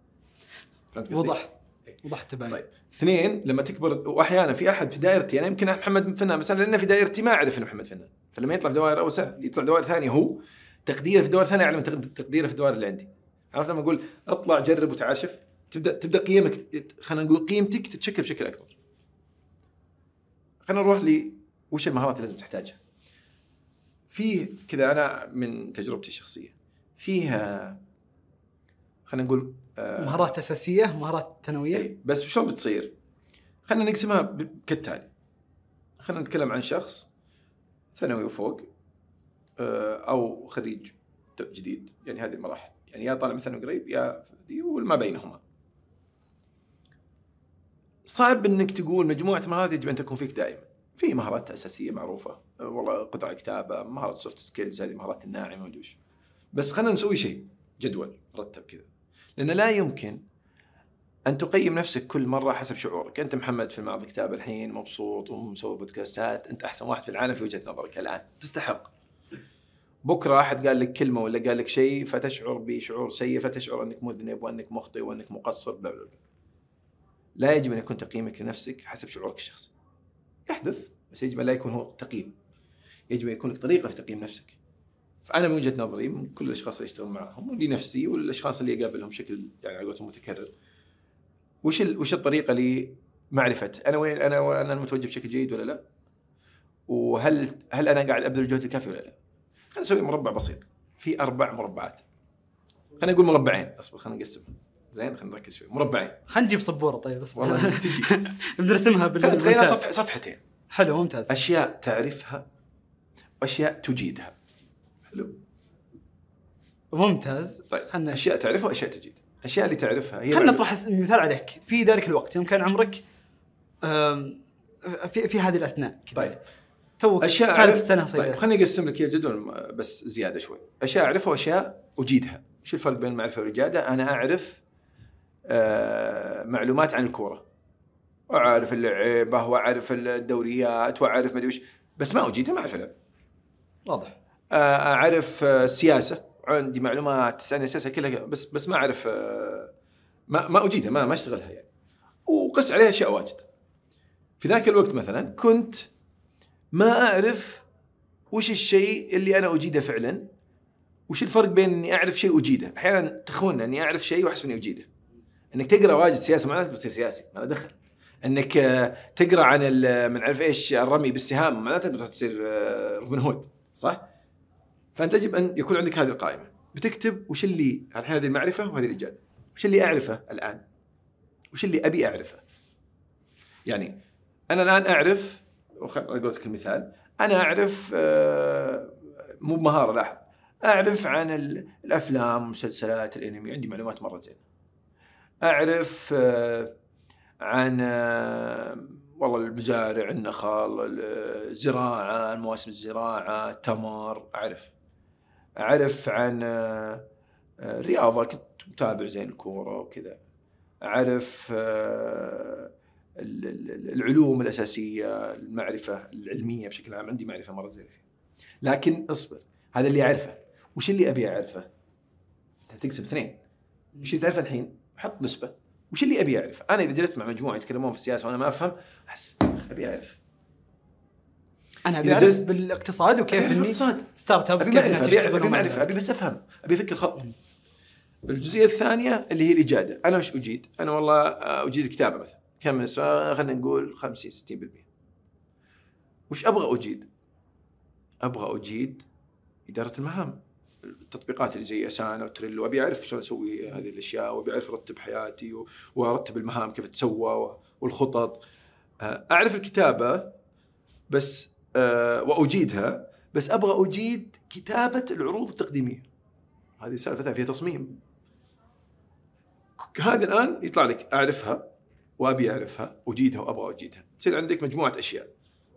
وضحت تبعي. طيب 2 لما تكبر، واحيانا في احد في دائرتي انا يمكن محمد فنان مثلا، لان في دائرتي ما اعرف انه محمد فنان، فلما يطلع في دوائر اوسع يطلع دوائر ثانيه، هو تقديره في دوائر ثانيه اعلى من تقديره في الدوائر اللي عندي. عرفت لما اقول اطلع جرب وتعال شوف، تبدا قيمك، خلينا نقول قيمتك تتشكل بشكل اكبر. خلينا نروح لي وش المهارات اللي لازم تحتاجها. في كذا انا من تجربتي الشخصيه فيها خلينا نقول مهارات اساسيه، مهارات ثانويه. بس شلون بتصير؟ خلينا نقسمها كالتالي. خلينا نتكلم عن شخص ثانوي وفوق او خريج جديد، يعني هذه المراحل، يعني يا طالع مثلا قريب يا وما بينهما. صعب انك تقول مجموعه مهارات يجب ان تكون فيك دائما. في مهارات اساسيه معروفه، والله قدره على الكتابه، مهارات سوفت سكيلز، هذه مهارات الناعمه ودوش. بس خلينا نسوي شيء جدول مرتب كذا، لان لا يمكن أن تقيم نفسك كل مرة حسب شعورك. أنت محمد في معرض الكتاب الحين مبسوط ومسوي بودكاستات، أنت أحسن واحد في العالم في وجهة نظرك الآن، تستحق. بكرة أحد قال لك كلمة ولا قال لك شيء فتشعر بشعور سيء، فتشعر أنك مذنب وأنك مخطئ وأنك مقصر، بلا بلا بلا. لا يجب أن يكون تقييمك لنفسك حسب شعورك الشخصي. يحدث بس يجب أن لا يكون هو تقييم، يجب أن يكون لك طريقة في تقييم نفسك. فأنا من وجهة نظري من كل الأشخاص اللي أشتغل معهم ولنفسي والأشخاص اللي أقابلهم بشكل يعني على قولتهم متكرر، وش الطريقة لمعرفة أنا وين، أنا متوجه بشكل جيد ولا لا، وهل أنا قاعد أبذل الجهد الكافي ولا لا. خلينا نسوي مربع بسيط في 4 مربعات. خلينا نقول مربعين، أصبر خلينا نقسم زين، خلينا نركز شوي. مربعين، خلينا نجيب سبورة. طيب والله تجي بنرسمها تخيلها صفحتين. حلو ممتاز. أشياء تعرفها وأشياء تجيدها. حلو ممتاز. طيب أشياء تعرفها وأشياء تجيدها. الأشياء اللي تعرفها هي خلنا نطرح مثال عليك في ذلك الوقت يوم كان عمرك في هذه الأثناء. طيب تو أشياء أعرف السنة صيدلة. طيب خليني أقسم لك الجدول بس زيادة شوي. أشياء أعرفها وأشياء أجيدها. شو الفرق بين المعرفة والإجادة؟ أنا أعرف معلومات عن الكورة، وأعرف اللعبة، وأعرف الدوريات، وأعرف ما أدري وش، بس ما أجيدها، ما أعرف ألعب. واضح. أعرف السياسة، عندي معلومات عن السياسة كلها، بس ما أعرف ما أجيدها، ما أشتغلها يعني، وقس عليها أشياء واجد. في ذاك الوقت مثلا كنت ما أعرف وش الشيء اللي أنا أجيده فعلا، وش الفرق بين إني أعرف شيء أجيده. أحيانا تخوننا إني أعرف شيء وأحسب إني أجيده. إنك تقرأ واجد سياسة معناته بتصير سياسي، ما له دخل. إنك تقرأ عن من عارف إيش الرمي بالسهام معناته بتصير روبن هود، صح؟ فأنت يجب أن يكون عندك هذه القائمة، بتكتب وش اللي هذه المعرفة وهذه الإجادة، وش اللي أعرفه الآن، وش اللي أبي أعرفه. يعني أنا الآن أعرف، أقول لك المثال، أنا أعرف مو بمهارة، لاحظ، أعرف عن الأفلام والمسلسلات الأنمي، عندي معلومات مرة زين. أعرف عن والله المزارع، النخل، الزراعة، مواسم الزراعة، التمر، أعرف عن الرياضة، كنت متابع زين الكورة وكذا. أعرف العلوم الأساسية، المعرفة العلمية بشكل عام، عندي معرفة مرة زين فيها. لكن اصبر، هذا اللي أعرفه، وش اللي أبي أعرفه؟ أنت تقسم 2. وش اللي تعرفه الحين؟ حط نسبة. وش اللي أبي أعرفه؟ أنا إذا جلست مع مجموعة يتكلمون في السياسة وأنا ما أفهم، أحس أبي أعرف. أنا أبي أعرف بالاقتصاد وكيف إني ستارت أبس، أبي معرفة، أبي بس أفهم، أبي أفكر خط. الجزئية الثانية اللي هي الإجادة. أنا وش أجيد؟ أنا والله أجيد الكتابة مثلا، كم من خلينا نقول 50-60%. وش أبغى أجيد؟ أبغى أجيد إدارة المهام، التطبيقات اللي زي أسانا وتريلو. أبي أعرف شلون أسوي هذه الأشياء، وأبي أعرف أرتب حياتي وأرتب المهام كيف تسوى والخطط. أعرف الكتابة بس وأجيدها، بس أبغى أجيد كتابة العروض التقديمية. هذه سالفة فيها تصميم. هذا الآن يطلع لك أعرفها وأبي أعرفها، أجيدها وأبغى أجيدها. تصير عندك مجموعة أشياء.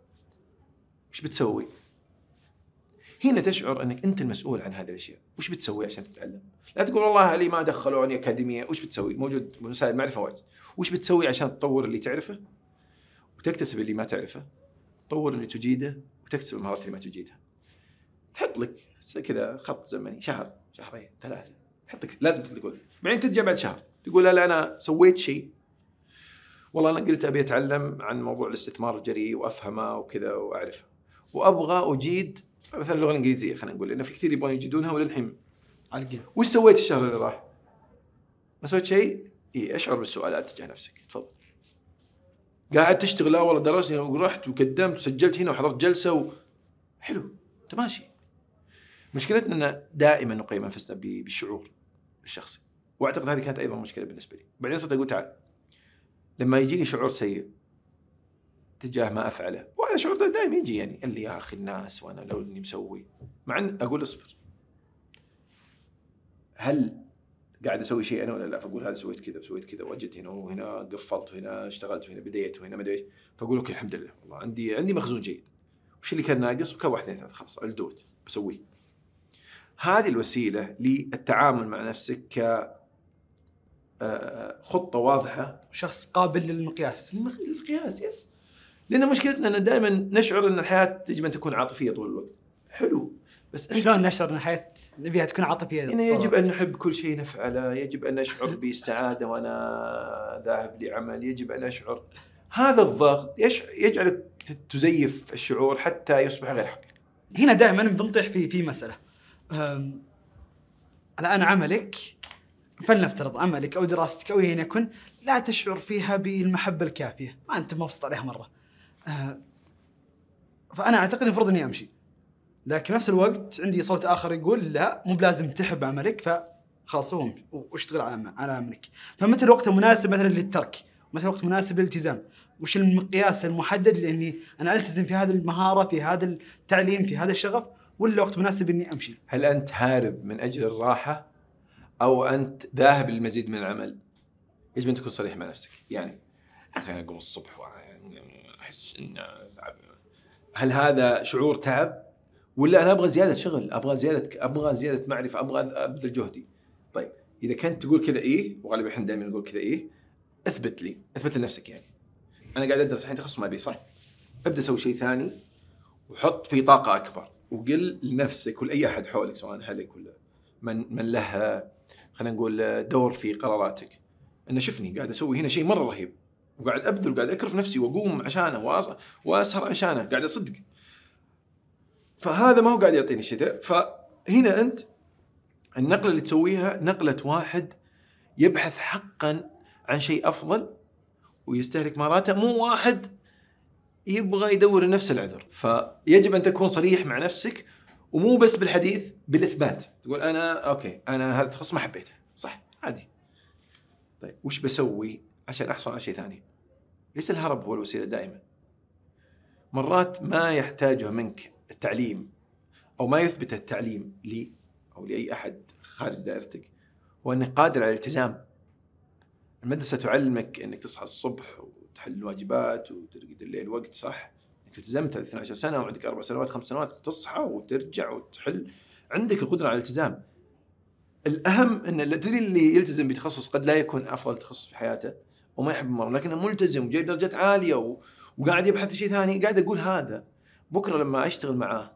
وش بتسوي؟ هنا تشعر أنك أنت المسؤول عن هذه الأشياء. وش بتسوي عشان تتعلم؟ لا تقول والله لي ما دخلوني أكاديمية. وش بتسوي؟ موجود وسائل معرفة واجد. وش بتسوي عشان تطور اللي تعرفه وتكتسب اللي ما تعرفه، تطور اللي تجيده وتكتسب المهارات اللي ما تجيدها. تحط لك كذا خط زمني، شهر، شهرين، 3، حطك لازم تقول. بعدين ترجع بعد شهر تقول لا أنا سويت شيء، والله أنا قلت أبي أتعلم عن موضوع الاستثمار الجريء وأفهمه وكذا وأعرفه، وأبغى أجيد مثلا اللغة الإنجليزية، خلينا نقول، لأن في كثير يبغون يجيدونها وللحين علقين. وش سويت الشهر اللي راح؟ ما سويت شيء؟ إيه، أشعر بالسؤالات تجاه نفسك. تفضل. قاعد تشتغل؟ لا والله درست ورحت وقدمت وسجلت هنا وحضرت جلسة حلو، أنت ماشي. مشكلتنا أن دائما نقيم أنفسنا بالشعور الشخصي، وأعتقد هذه كانت أيضا مشكلة بالنسبة لي. بعدين صرت أقول تعال، لما يجيني شعور سيء تجاه ما أفعله، وهذا شعور دائما يجي، يعني اللي يا أخي الناس وأنا لو إني مسوي، مع أن أقول أصبر، هل قاعد أسوي شيء أنا ولا لا؟ فأقول هذا سويت كذا وسويت كذا وجدت هنا وهنا قفلت وهنا اشتغلت وهنا بديت وهنا ما أدري، فأقول أوكي الحمد لله والله عندي مخزون جيد. وش اللي كان ناقص؟ وكان 1 2 3 خلاص الدوت بسويه. هذه الوسيلة للتعامل مع نفسك كخطة واضحة، شخص قابل للمقياس. القياس يس. لأن مشكلتنا أن دائما نشعر أن الحياة يجب أن تكون عاطفية طول الوقت. حلو، بس شلون نشعر أن الحياة نبيها تكون عاطفية؟ يعني يجب أن نحب كل شيء نفعله، يجب أن نشعر بالسعادة وأنا ذاهب لعمل، يجب أن أشعر. هذا الضغط يجعلك تزيف الشعور حتى يصبح غير حقيقي. هنا دائما بنطيح في مسألة. الآن عملك، فلنفترض عملك أو دراستك أو أيا يكن، لا تشعر فيها بالمحبة الكافية، ما أنت مبسوط عليها مرة. فأنا أعتقد المفروض إني أمشي، لكن نفس الوقت عندي صوت آخر يقول لا، مو بلازم تحب عملك، فخلاص واشتغل على عملك. فمتى الوقت المناسب مثلا للترك؟ متى الوقت المناسب للالتزام؟ وش المقياس المحدد لأني أنا ألتزم في هذه المهارة، في هذا التعليم، في هذا الشغف، ولا وقت مناسب إني أمشي؟ هل أنت هارب من أجل الراحة أو أنت ذاهب للمزيد من العمل؟ يجب أن تكون صريح مع نفسك. يعني أخي أنا أقوم الصبح وأحس إن هل هذا شعور تعب ولا أنا أبغى زيادة شغل، أبغى زيادة معرفة، أبغى أبذل جهدي؟ طيب إذا كنت تقول كذا إيه، وغالبا إحنا دائما نقول كذا إيه، اثبت لنفسك. يعني أنا قاعد أدرس الحين تخصص ما أبي، صح؟ أبدأ أسوي شيء ثاني وحط في طاقة أكبر، وقل لنفسك ولأي أحد حولك سواء أهلك ولا من له خلينا نقول دور في قراراتك، أنا شفني قاعد أسوي هنا شيء مرة رهيب وقاعد أبذل، قاعد أكرف نفسي وأقوم عشانه وأسهر عشانه، قاعد أصدق. فهذا ما هو قاعد يعطيني شيء. فهنا أنت النقلة اللي تسويها نقلة واحد يبحث حقا عن شيء أفضل ويستهلك مهاراته، مو واحد يبغى يدور نفس العذر. فيجب أن تكون صريح مع نفسك، ومو بس بالحديث، بالإثبات. تقول أنا أوكي، أنا هذا التخصص ما حبيته، صح، عادي. طيب وش بسوي عشان أحصل على شيء ثاني؟ ليس الهرب هو الوسيلة دائما. مرات ما يحتاجه منك التعليم أو ما يثبت التعليم لي أو لأي أحد خارج دائرتك هو أنك قادر على الالتزام. المدرسة تعلمك أنك تصحى الصبح وتحل الواجبات وترقد الليل وقت، صح؟ أنك التزمت 12 سنة وعندك 4 سنوات 5 سنوات تصحى وترجع وتحل، عندك القدرة على الالتزام. الأهم أن اللي يلتزم بتخصص قد لا يكون أفضل تخصص في حياته وما يحب مرة، لكنه ملتزم وجايب درجات عالية وقاعد يبحث في شيء ثاني. قاعد أقول هذا بكرة لما أشتغل معاه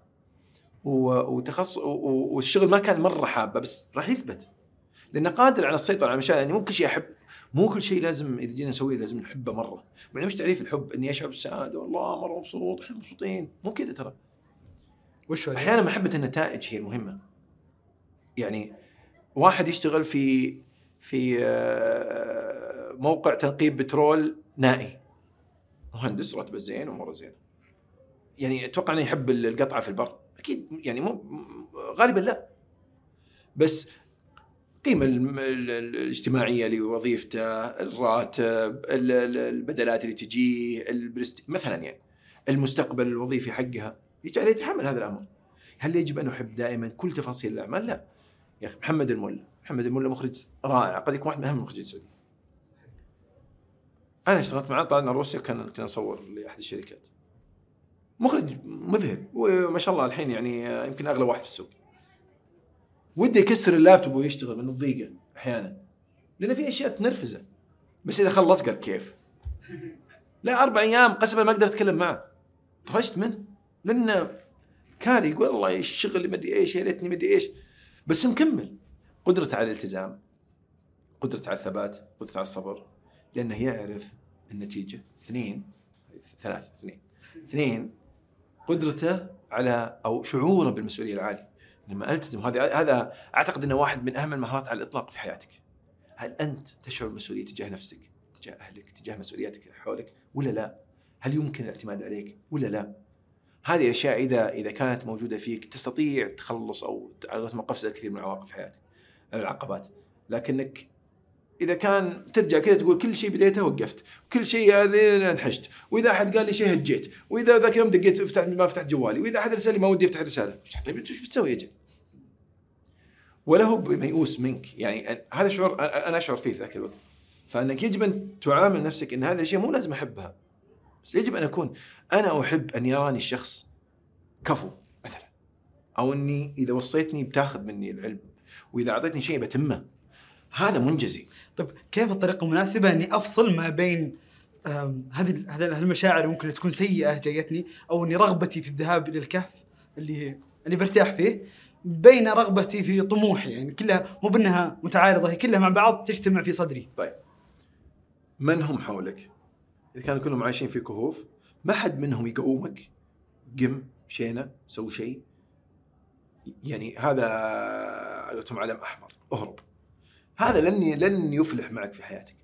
وتخصص والشغل ما كان مرة حابة، بس راح يثبت لأنه قادر على السيطرة على مشاعر. يعني مو كل شيء أحب، مو كل شيء لازم إذا جينا نسويه لازم نحبه مرة. يعني مش تعريف الحب إني أشعر بالسعادة والله مرة مبسوط، إحنا مبسوطين، مو كذا ترى. أحيانا محبة النتائج هي المهمة. يعني واحد يشتغل في موقع تنقيب بترول نائي، مهندس راتبه زين ومرة زين، يعني أتوقع أنه يحب القطعة في البر أكيد، يعني مو غالبا لا، بس القيمة الاجتماعية لوظيفته، الراتب، البدلات اللي تجيه، مثلا يعني المستقبل الوظيفي حقها يجعل يتحمل هذا الأمر. هل يجب أن نحب دائما كل تفاصيل الأعمال؟ لا يا أخي. محمد الملا مخرج رائع، قد يكون واحد من أهم المخرجين السعوديين. أنا اشتغلت معه، طلعنا روسيا، كنا نصور لأحد الشركات. مخرج مذهل وما شاء الله الحين يعني يمكن اغلى واحد في السوق. ودي يكسر اللابتوب ويشتغل من الضيقه احيانا، لان في اشياء تنرفزه، بس اذا خلص قال كيف. لا 4 أيام قسما ما اقدر اتكلم معه، طفشت منه، لانه كان يقول الله الشغل اللي مدري ايش، يا ليتني مدري ايش، بس مكمل. قدرته على الالتزام، قدرته على الثبات، قدرته على الصبر، لانه يعرف النتيجه. 2 قدرته على او شعوره بالمسؤوليه العاليه. لما التزم، هذا اعتقد انه واحد من اهم المهارات على الاطلاق في حياتك. هل انت تشعر بالمسؤوليه تجاه نفسك، تجاه اهلك، تجاه مسؤولياتك حولك ولا لا؟ هل يمكن الاعتماد عليك ولا لا؟ هذه اشياء اذا كانت موجوده فيك تستطيع تخلص او توقف الكثير من عواقب حياتك، العقبات. لكنك اذا كان ترجع كذا تقول كل شيء بديته وقفت، كل شيء هذا انحشت، واذا احد قال لي شيء هجيت، واذا ذاك يوم دقيت ما فتحت جوالي، واذا احد رسل لي ما ودي افتح رساله، طيب انت ايش بتسوي يا جد؟ ولا هو ميؤوس منك. يعني هذا شعور انا اشعر فيه في ذاك الوقت. فانك يجب ان تعامل نفسك ان هذا الشيء مو لازم احبها، بس يجب ان اكون انا احب ان يراني الشخص كفو مثلا، او اني اذا وصيتني بتاخذ مني العلم، واذا اعطيتني شيء بتمه، هذا منجزي. طيب كيف الطريقه المناسبه اني افصل ما بين هذه المشاعر ممكن تكون سيئه جايتني، او اني رغبتي في الذهاب الى الكهف اللي برتاح فيه، بين رغبتي في طموحي، يعني كلها مو بانها متعارضه، هي كلها مع بعض تجتمع في صدري. طيب من هم حولك؟ اذا كانوا كلهم عايشين في كهوف، ما حد منهم يقومك، قم شينه، سوي شيء، يعني هذا علم علم احمر، اهرب. هذا لن يفلح معك في حياتك.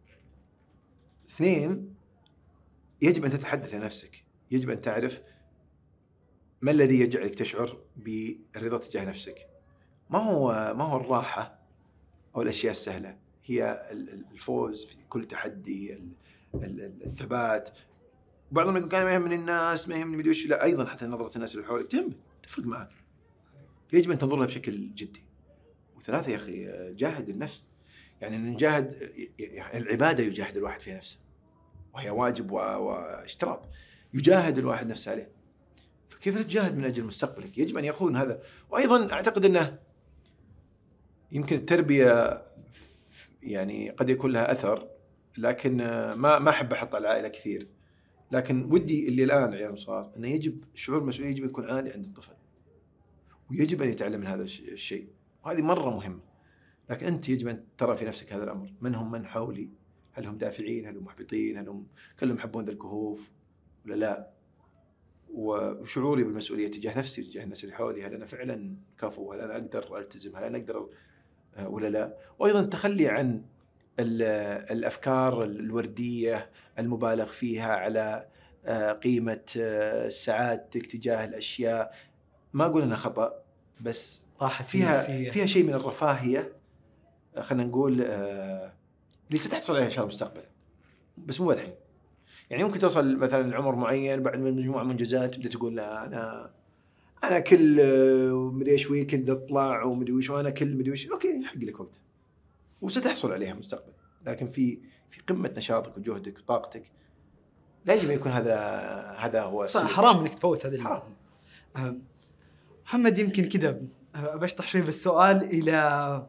2 يجب ان تتحدث عن نفسك، يجب ان تعرف ما الذي يجعلك تشعر بالرضا تجاه نفسك. ما هو الراحه او الاشياء السهله، هي الفوز في كل تحدي، الثبات. بعضهم يقول انا ما يهمني الناس، ما يهمني بدي وش، لا، ايضا حتى نظره الناس اللي حولك تهمك، تفرق معك، يجب ان تنظر لها بشكل جدي. 3 يا اخي جاهد النفس، يعني نجاهد العباده، يجاهد الواحد في نفسه، وهي واجب واشتراط يجاهد الواحد نفسه عليه. فكيف تجاهد من اجل مستقبلك؟ يجب ان يكون هذا. وايضا اعتقد انه يمكن التربيه يعني قد يكون لها اثر، لكن ما احب احط على العائله كثير، لكن ودي اللي الان عيال صغار انه يجب شعور المسؤوليه يجب يكون عالي عند الطفل، ويجب ان يتعلم من هذا الشيء، وهذه مره مهمه. لكن انت يجب ان ترى في نفسك هذا الامر، من هم من حولي؟ هل هم دافعين؟ هل هم محبطين؟ هل هم كلهم يحبون ذا الكهوف ولا لا؟ وشعوري بالمسؤوليه تجاه نفسي وتجاه الناس اللي حولي، هل انا فعلا كفو؟ هل انا اقدر التزم؟ هل انا اقدر ولا لا؟ وايضا التخلي عن الافكار الورديه المبالغ فيها على قيمه سعادتك تجاه الاشياء. ما اقول انها خطا، بس راحة فيها شيء من الرفاهيه، خلينا نقول اللي ستحصل عليها ان شاء الله مستقبلا، بس مو الحين. يعني ممكن توصل مثلا لعمر معين بعد من مجموعه منجزات تبدا تقول لا انا كل مدري ايش ويكند اطلع ومدري وش، وانا كل مدري وش، اوكي حق لك وقت وستحصل عليها مستقبلا. لكن في قمه نشاطك وجهدك وطاقتك لا يجب ان يكون هذا هو صح. حرام انك تفوت هذا حرام. محمد يمكن كذا بشطح شوي بالسؤال الى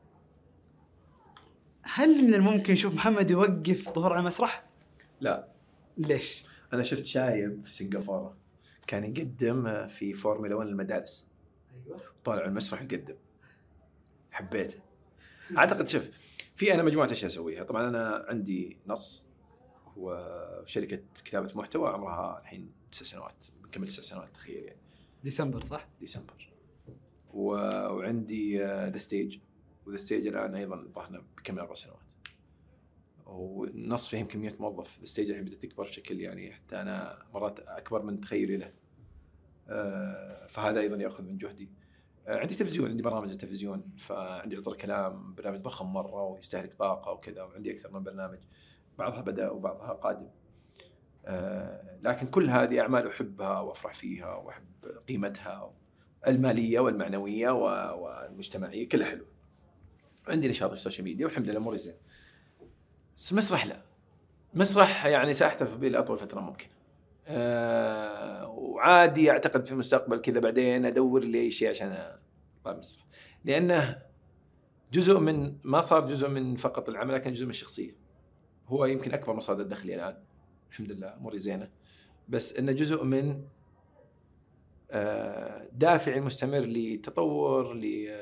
هل من الممكن نشوف محمد يوقف ظهور على المسرح؟ لا. ليش؟ انا شفت شايب في سنغافورة كان يقدم في فورمولا 1 المدارس. ايوه. طالع المسرح يقدم، حبيته. اعتقد شوف انا مجموعه اشياء اسويها. طبعا انا عندي نص وشركه كتابه محتوى عمرها الحين 9 سنوات، بنكمل 9 سنوات تخيل يعني. ديسمبر صح؟ ديسمبر. وعندي ذا ستيج، وذا ستيج الان ايضا ظهرنا بكمل 4 سنوات، والنص فيه يمكن 100 موظف. ذا ستيج الحين بدأت تكبر بشكل يعني حتى انا مرات اكبر من تخيلي له، فهذا ايضا ياخذ من جهدي. عندي تلفزيون، عندي برامج التلفزيون، فعندي عطر كلام، برنامج ضخم مرة ويستهلك طاقة وكذا، وعندي أكثر من برنامج، بعضها بدأ وبعضها قادم. لكن كل هذه أعمال أحبها وأفرح فيها وأحب قيمتها المالية والمعنوية والمجتمعية، كلها حلوة. عندي نشاط في السوشيال ميديا والحمد لله أموري زين. بس مسرح لا، مسرح يعني سأحتفظ به لأطول فترة ممكن. وعادي اعتقد في المستقبل كذا بعدين ادور لي شيء عشان اطلع مسرح، لانه جزء من ما صار جزء من فقط العمل، لكن جزء من الشخصيه. هو يمكن اكبر مصادر دخلي الان الحمد لله، اموري زينه، بس انه جزء من دافعي المستمر للتطور،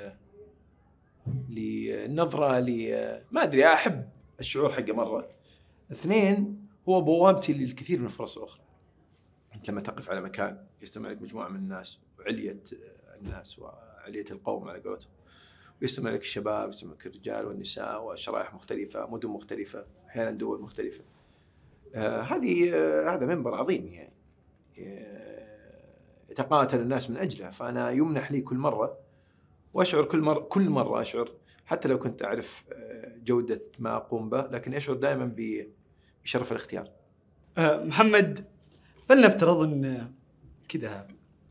للنظره، ما ادري، احب الشعور حقه مره. اثنين، هو بوابتي للكثير من الفرص الاخرى. انت لما تقف على مكان يجتمع لك مجموعه من الناس، وعليه الناس وعليه القوم على قولتهم، ويجتمع لك الشباب، يجتمع لك الرجال والنساء وشرائح مختلفه، مدن مختلفه، احيانا دول مختلفه. هذا منبر عظيم يعني يتقاتل الناس من اجله. فانا يمنح لي كل مره، واشعر كل مره اشعر، حتى لو كنت اعرف جوده ما اقوم به، لكن اشعر دائما بشرف الاختيار. محمد، فلنفترض ان كذا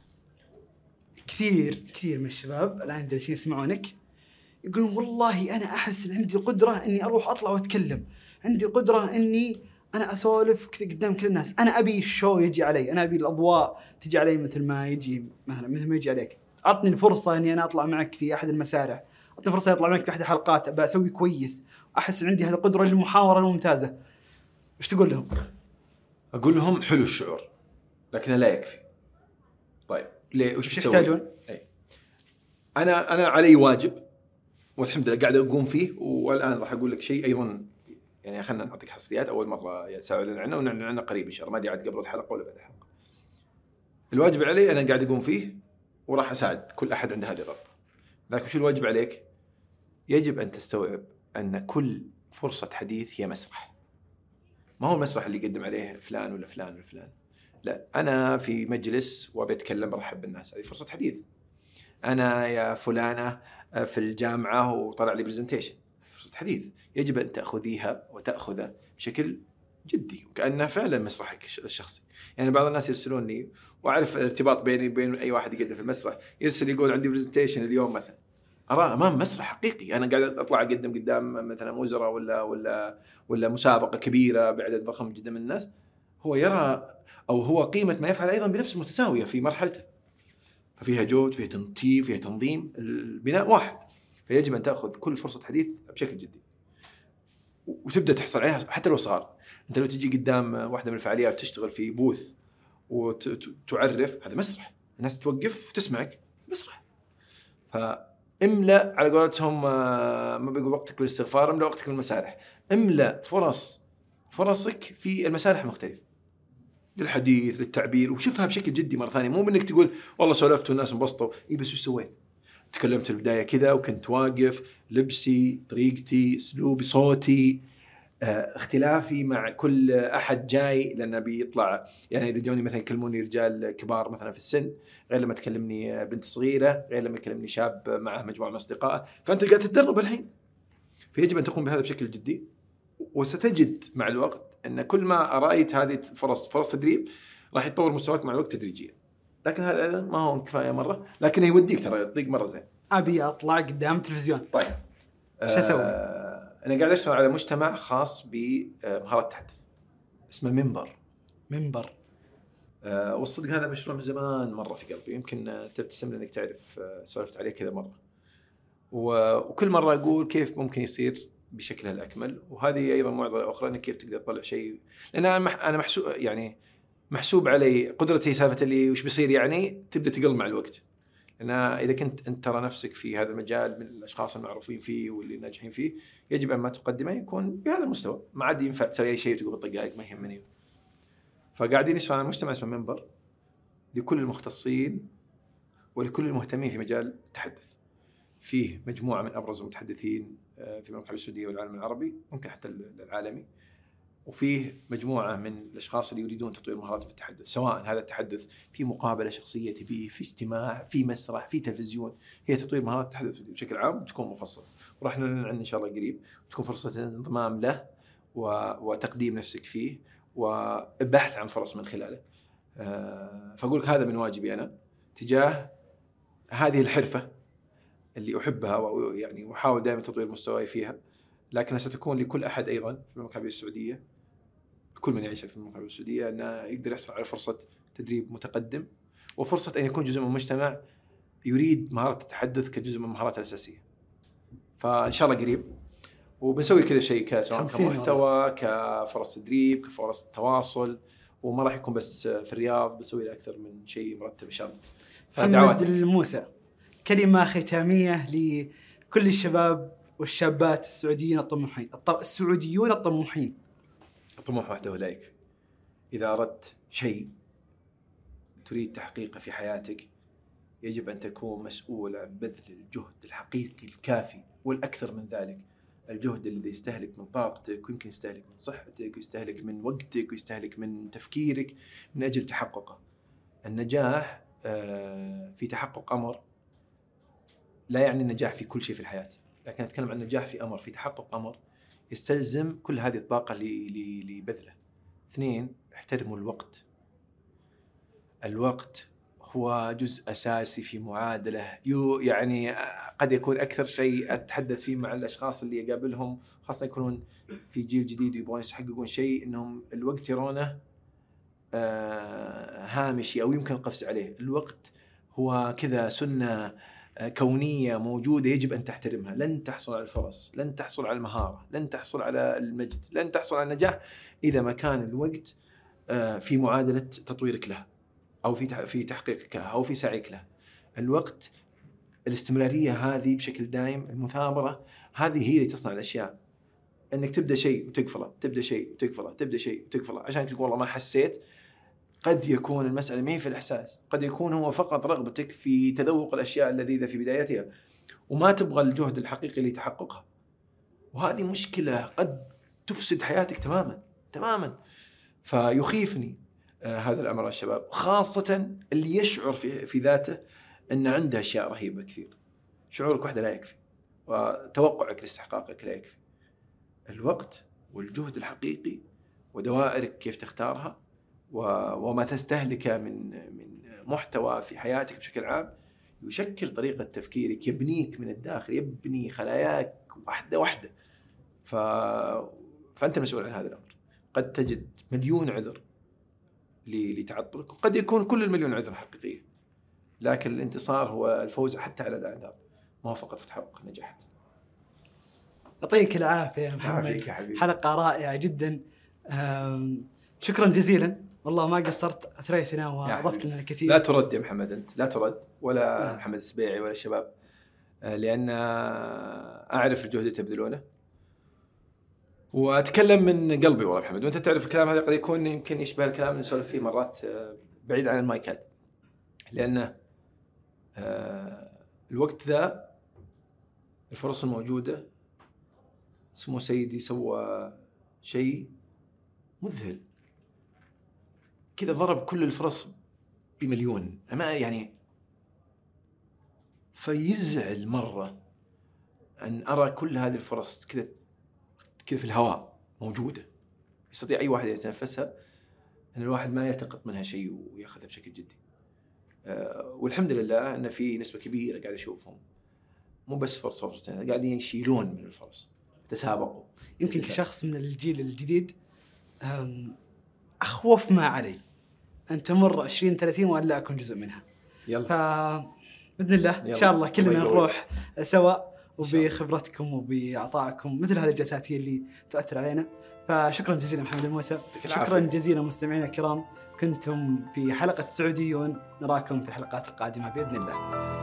كثير من الشباب الان جالسين يسمعونك يقولون والله انا احس ان عندي قدره اني اروح اطلع واتكلم، عندي قدره اني انا اسولف كذا قدام كل الناس، انا ابي الشو يجي علي، انا ابي الاضواء تجي علي مثل ما يجي عليك. اعطني الفرصه اني انا اطلع معك في احد المسارح، اعطني فرصه اطلع معك في احد الحلقات، ابى اسوي كويس، احس ان عندي هذه القدره للمحاوره الممتازه. ايش تقول لهم؟ اقول لهم حلو الشعور لكنه لا يكفي. طيب ليه؟ وش يحتاجون؟ انا علي واجب والحمد لله قاعد اقوم فيه، والان راح اقول لك شيء ايضا يعني خلينا نعطيك حصريات اول مره ساعلن عنه ونعلن عنه قريب ان شاء الله، ما ادري عاد قبل الحلقه ولا بعد الحلقه. الواجب علي انا قاعد اقوم فيه وراح اساعد كل احد عنده هذه الرغبه، لكن شو الواجب عليك؟ يجب ان تستوعب ان كل فرصه حديث هي مسرح. ما هو المسرح اللي يقدم عليه فلان ولا فلان ولا فلان، لا، انا في مجلس وبتكلم برحب بالناس، هذه فرصه حديث. انا يا فلانه في الجامعه وطلع لي برزنتيشن، فرصه حديث، يجب ان تاخذيها وتاخذه بشكل جدي وكانه فعلا مسرحك الشخصي. يعني بعض الناس يرسلون لي، واعرف الارتباط بيني وبين اي واحد يقدم في المسرح، يرسل يقول عندي برزنتيشن اليوم مثلا، ارى امام مسرح حقيقي، انا قاعد اطلع اقدم قدام مثلا وزراء ولا مسابقه كبيره بعدد ضخم جدا من الناس، هو يرى او هو قيمه ما يفعل ايضا بنفس متساويه في مرحلته، ففيها جهد، فيها تنظيم، فيها تنظيم، البناء واحد. فيجب ان تاخذ كل فرصه حديث بشكل جدي وتبدا تحصل عليها حتى لو صغار. انت لو تجي قدام واحده من الفعاليات وتشتغل في بوث وتعرف، هذا مسرح، الناس توقف وتسمعك، مسرح. فاملأ على قولتهم، ما بيقول وقتك بالاستغفار، املأ وقتك بالمسارح، املأ فرصك في المسارح المختلفة للحديث، للتعبير، وشوفها بشكل جدي مرة ثانية. مو منك تقول والله سولفت والناس انبسطوا، بس وش سويت؟ تكلمت في البداية كذا وكنت واقف، لبسي، طريقتي، اسلوبي، صوتي، اختلافي مع كل احد جاي، لانه بيطلع يعني اذا جوني مثلا يكلموني رجال كبار مثلا في السن غير لما تكلمني بنت صغيره، غير لما يكلمني شاب معه مجموعه من اصدقائه، فانت قاعد تتدرب الحين. فيجب ان تقوم بهذا بشكل جدي، وستجد مع الوقت ان كل ما رايت هذه فرص تدريب راح يتطور مستواك مع الوقت تدريجيا. لكن هذا ما هو كفايه مره، لكنه يوديك ترى يطيق مره زين. ابي اطلع قدام التلفزيون، طيب شو اسوي؟ انا قاعد اشتغل على مجتمع خاص بمهارات التحدث اسمه منبر. والصدق هذا مشروع من زمان مره في قلبي، يمكن تبتسم انك تعرف سولفت عليه كذا مره، وكل مره اقول كيف ممكن يصير بشكله الاكمل. وهذه ايضا معضله اخرى، انك كيف تقدر تطلع شيء، لان انا محسوب علي قدرتي سالفه اللي وش بيصير، يعني تبدا تقل مع الوقت. لأن إذا كنت أنت ترى نفسك في هذا المجال من الأشخاص المعروفين فيه واللي ناجحين فيه، يجب أن ما تقدمه يكون بهذا المستوى، ما عاد ينفع تسوي أي شيء وتقول بالطقائق ما يهمني. فقاعدين نشتغل على مجتمع اسمه منبر لكل المختصين ولكل المهتمين في مجال التحدث. فيه مجموعة من أبرز المتحدثين في المملكة العربية السعودية والعالم العربي، ممكن حتى العالمي، وفيه مجموعة من الأشخاص اللي يريدون تطوير مهاراتهم في التحدث، سواء هذا التحدث في مقابلة شخصية تبيه، في اجتماع، في مسرح، في تلفزيون. هي تطوير مهارات التحدث بشكل عام تكون مفصلة، وراح نعلن عنه إن شاء الله قريب، تكون فرصة انضمام له وتقديم نفسك فيه وبحث عن فرص من خلاله. فأقول لك هذا من واجبي أنا تجاه هذه الحرفة اللي أحبها، ويعني وأحاول دائما تطوير مستواي فيها، لكنها ستكون لكل أحد أيضا في المملكة العربية السعودية، كل من يعيش في المملكة العربية السعودية، أنه يقدر يحصل على فرصة تدريب متقدم، وفرصة أن يكون جزء من مجتمع يريد مهارة التحدث كجزء من مهاراته الأساسية. فإن شاء الله قريب وبنسوي كذا شيء سواء كمحتوى كفرص تدريب كفرص تواصل، وما راح يكون بس في الرياض، بنسوي له أكثر من شيء مرتب إن شاء الله. محمد الموسى، كلمة ختامية لكل الشباب والشابات السعوديين الطموحين. السعوديون الطموحين. الطموح وحده لا يكفي. إذا أردت شيء تريد تحقيقه في حياتك يجب أن تكون مسؤول عن بذل الجهد الحقيقي الكافي، والأكثر من ذلك، الجهد الذي يستهلك من طاقتك ويمكن يستهلك من صحتك ويستهلك من وقتك ويستهلك من تفكيرك من أجل تحققه. النجاح في تحقق أمر لا يعني النجاح في كل شيء في الحياة، لكن أتكلم عن النجاح في أمر، في تحقق أمر يستلزم كل هذه الطاقة لبذله. 2، احترموا الوقت. الوقت هو جزء أساسي في معادلة، يعني قد يكون أكثر شيء أتحدث فيه مع الأشخاص اللي يقابلهم، خاصة يكونون في جيل جديد ويبغون يحققون شيء، إنهم الوقت يرونه هامشي أو يمكن القفز عليه. الوقت هو كذا سنة كونية موجودة يجب أن تحترمها. لن تحصل على الفرص، لن تحصل على المهارة، لن تحصل على المجد، لن تحصل على النجاح إذا ما كان الوقت في معادلة تطويرك له أو في تحقيقك له أو في سعيك له. الوقت، الاستمرارية هذه بشكل دائم، المثابرة هذه هي اللي تصنع الأشياء. أنك تبدأ شيء وتقفله، تبدأ شيء وتقفله، تبدأ شيء وتقفله، عشان تقول والله ما حسيت. قد يكون المسألة ما هي في الإحساس، قد يكون هو فقط رغبتك في تذوق الأشياء اللذيذة في بدايتها، وما تبغى الجهد الحقيقي لتحققها. وهذه مشكلة قد تفسد حياتك تماما. فيخيفني هذا الأمر الشباب، خاصة اللي يشعر في ذاته أن عنده أشياء رهيبة كثير. شعورك وحده لا يكفي، وتوقعك لاستحقاقك لا يكفي. الوقت والجهد الحقيقي ودوائرك كيف تختارها وما تستهلكه من محتوى في حياتك بشكل عام يشكل طريقة تفكيرك، يبنيك من الداخل، يبني خلاياك واحدة. فأنت مسؤول عن هذا الأمر. قد تجد مليون عذر لتعطلك، وقد يكون كل المليون عذر حقيقية، لكن الانتصار هو الفوز حتى على الأعذار، ما هو فقط في تحقق النجاحات. يعطيك العافية يا محمد، حلقة رائعة جدا. شكرا جزيلا، والله ما قصرت، أثريتنا وأضفت لنا الكثير. لا ترد يا محمد، أنت لا ترد، ولا محمد السبيعي ولا الشباب، لأن أعرف الجهد اللي تبذلونه وأتكلم من قلبي والله محمد. وأنت تعرف الكلام هذا قد يكون يمكن يشبه الكلام اللي نسولف فيه مرات بعيد عن المايكات، لأن الوقت ذا، الفرص الموجودة، سمو سيدي سوى شيء مذهل كذا، ضرب كل الفرص بمليون، أما يعني فيزعل مرة أن أرى كل هذه الفرص كذا في الهواء موجودة، يستطيع أي واحد يتنفسها، أن الواحد ما يلتقط منها شيء ويأخذها بشكل جدي. والحمد لله أن في نسبة كبيرة قاعد أشوفهم مو بس فرصة فرصتين، قاعدين يشيلون من الفرص، تسابقوا. يمكن كشخص من الجيل الجديد أخوف ما علي أن تمر 20-30 وأن لا أكون جزء منها. فبإذن الله إن شاء الله كلنا نروح سوا، وبخبرتكم وبإعطائكم مثل هذه الجلسات هي اللي تؤثر علينا. فشكرا جزيلا محمد الموسى، شكرا جزيلا مستمعينا الكرام، كنتم في حلقة سعوديون، نراكم في الحلقات القادمة بإذن الله.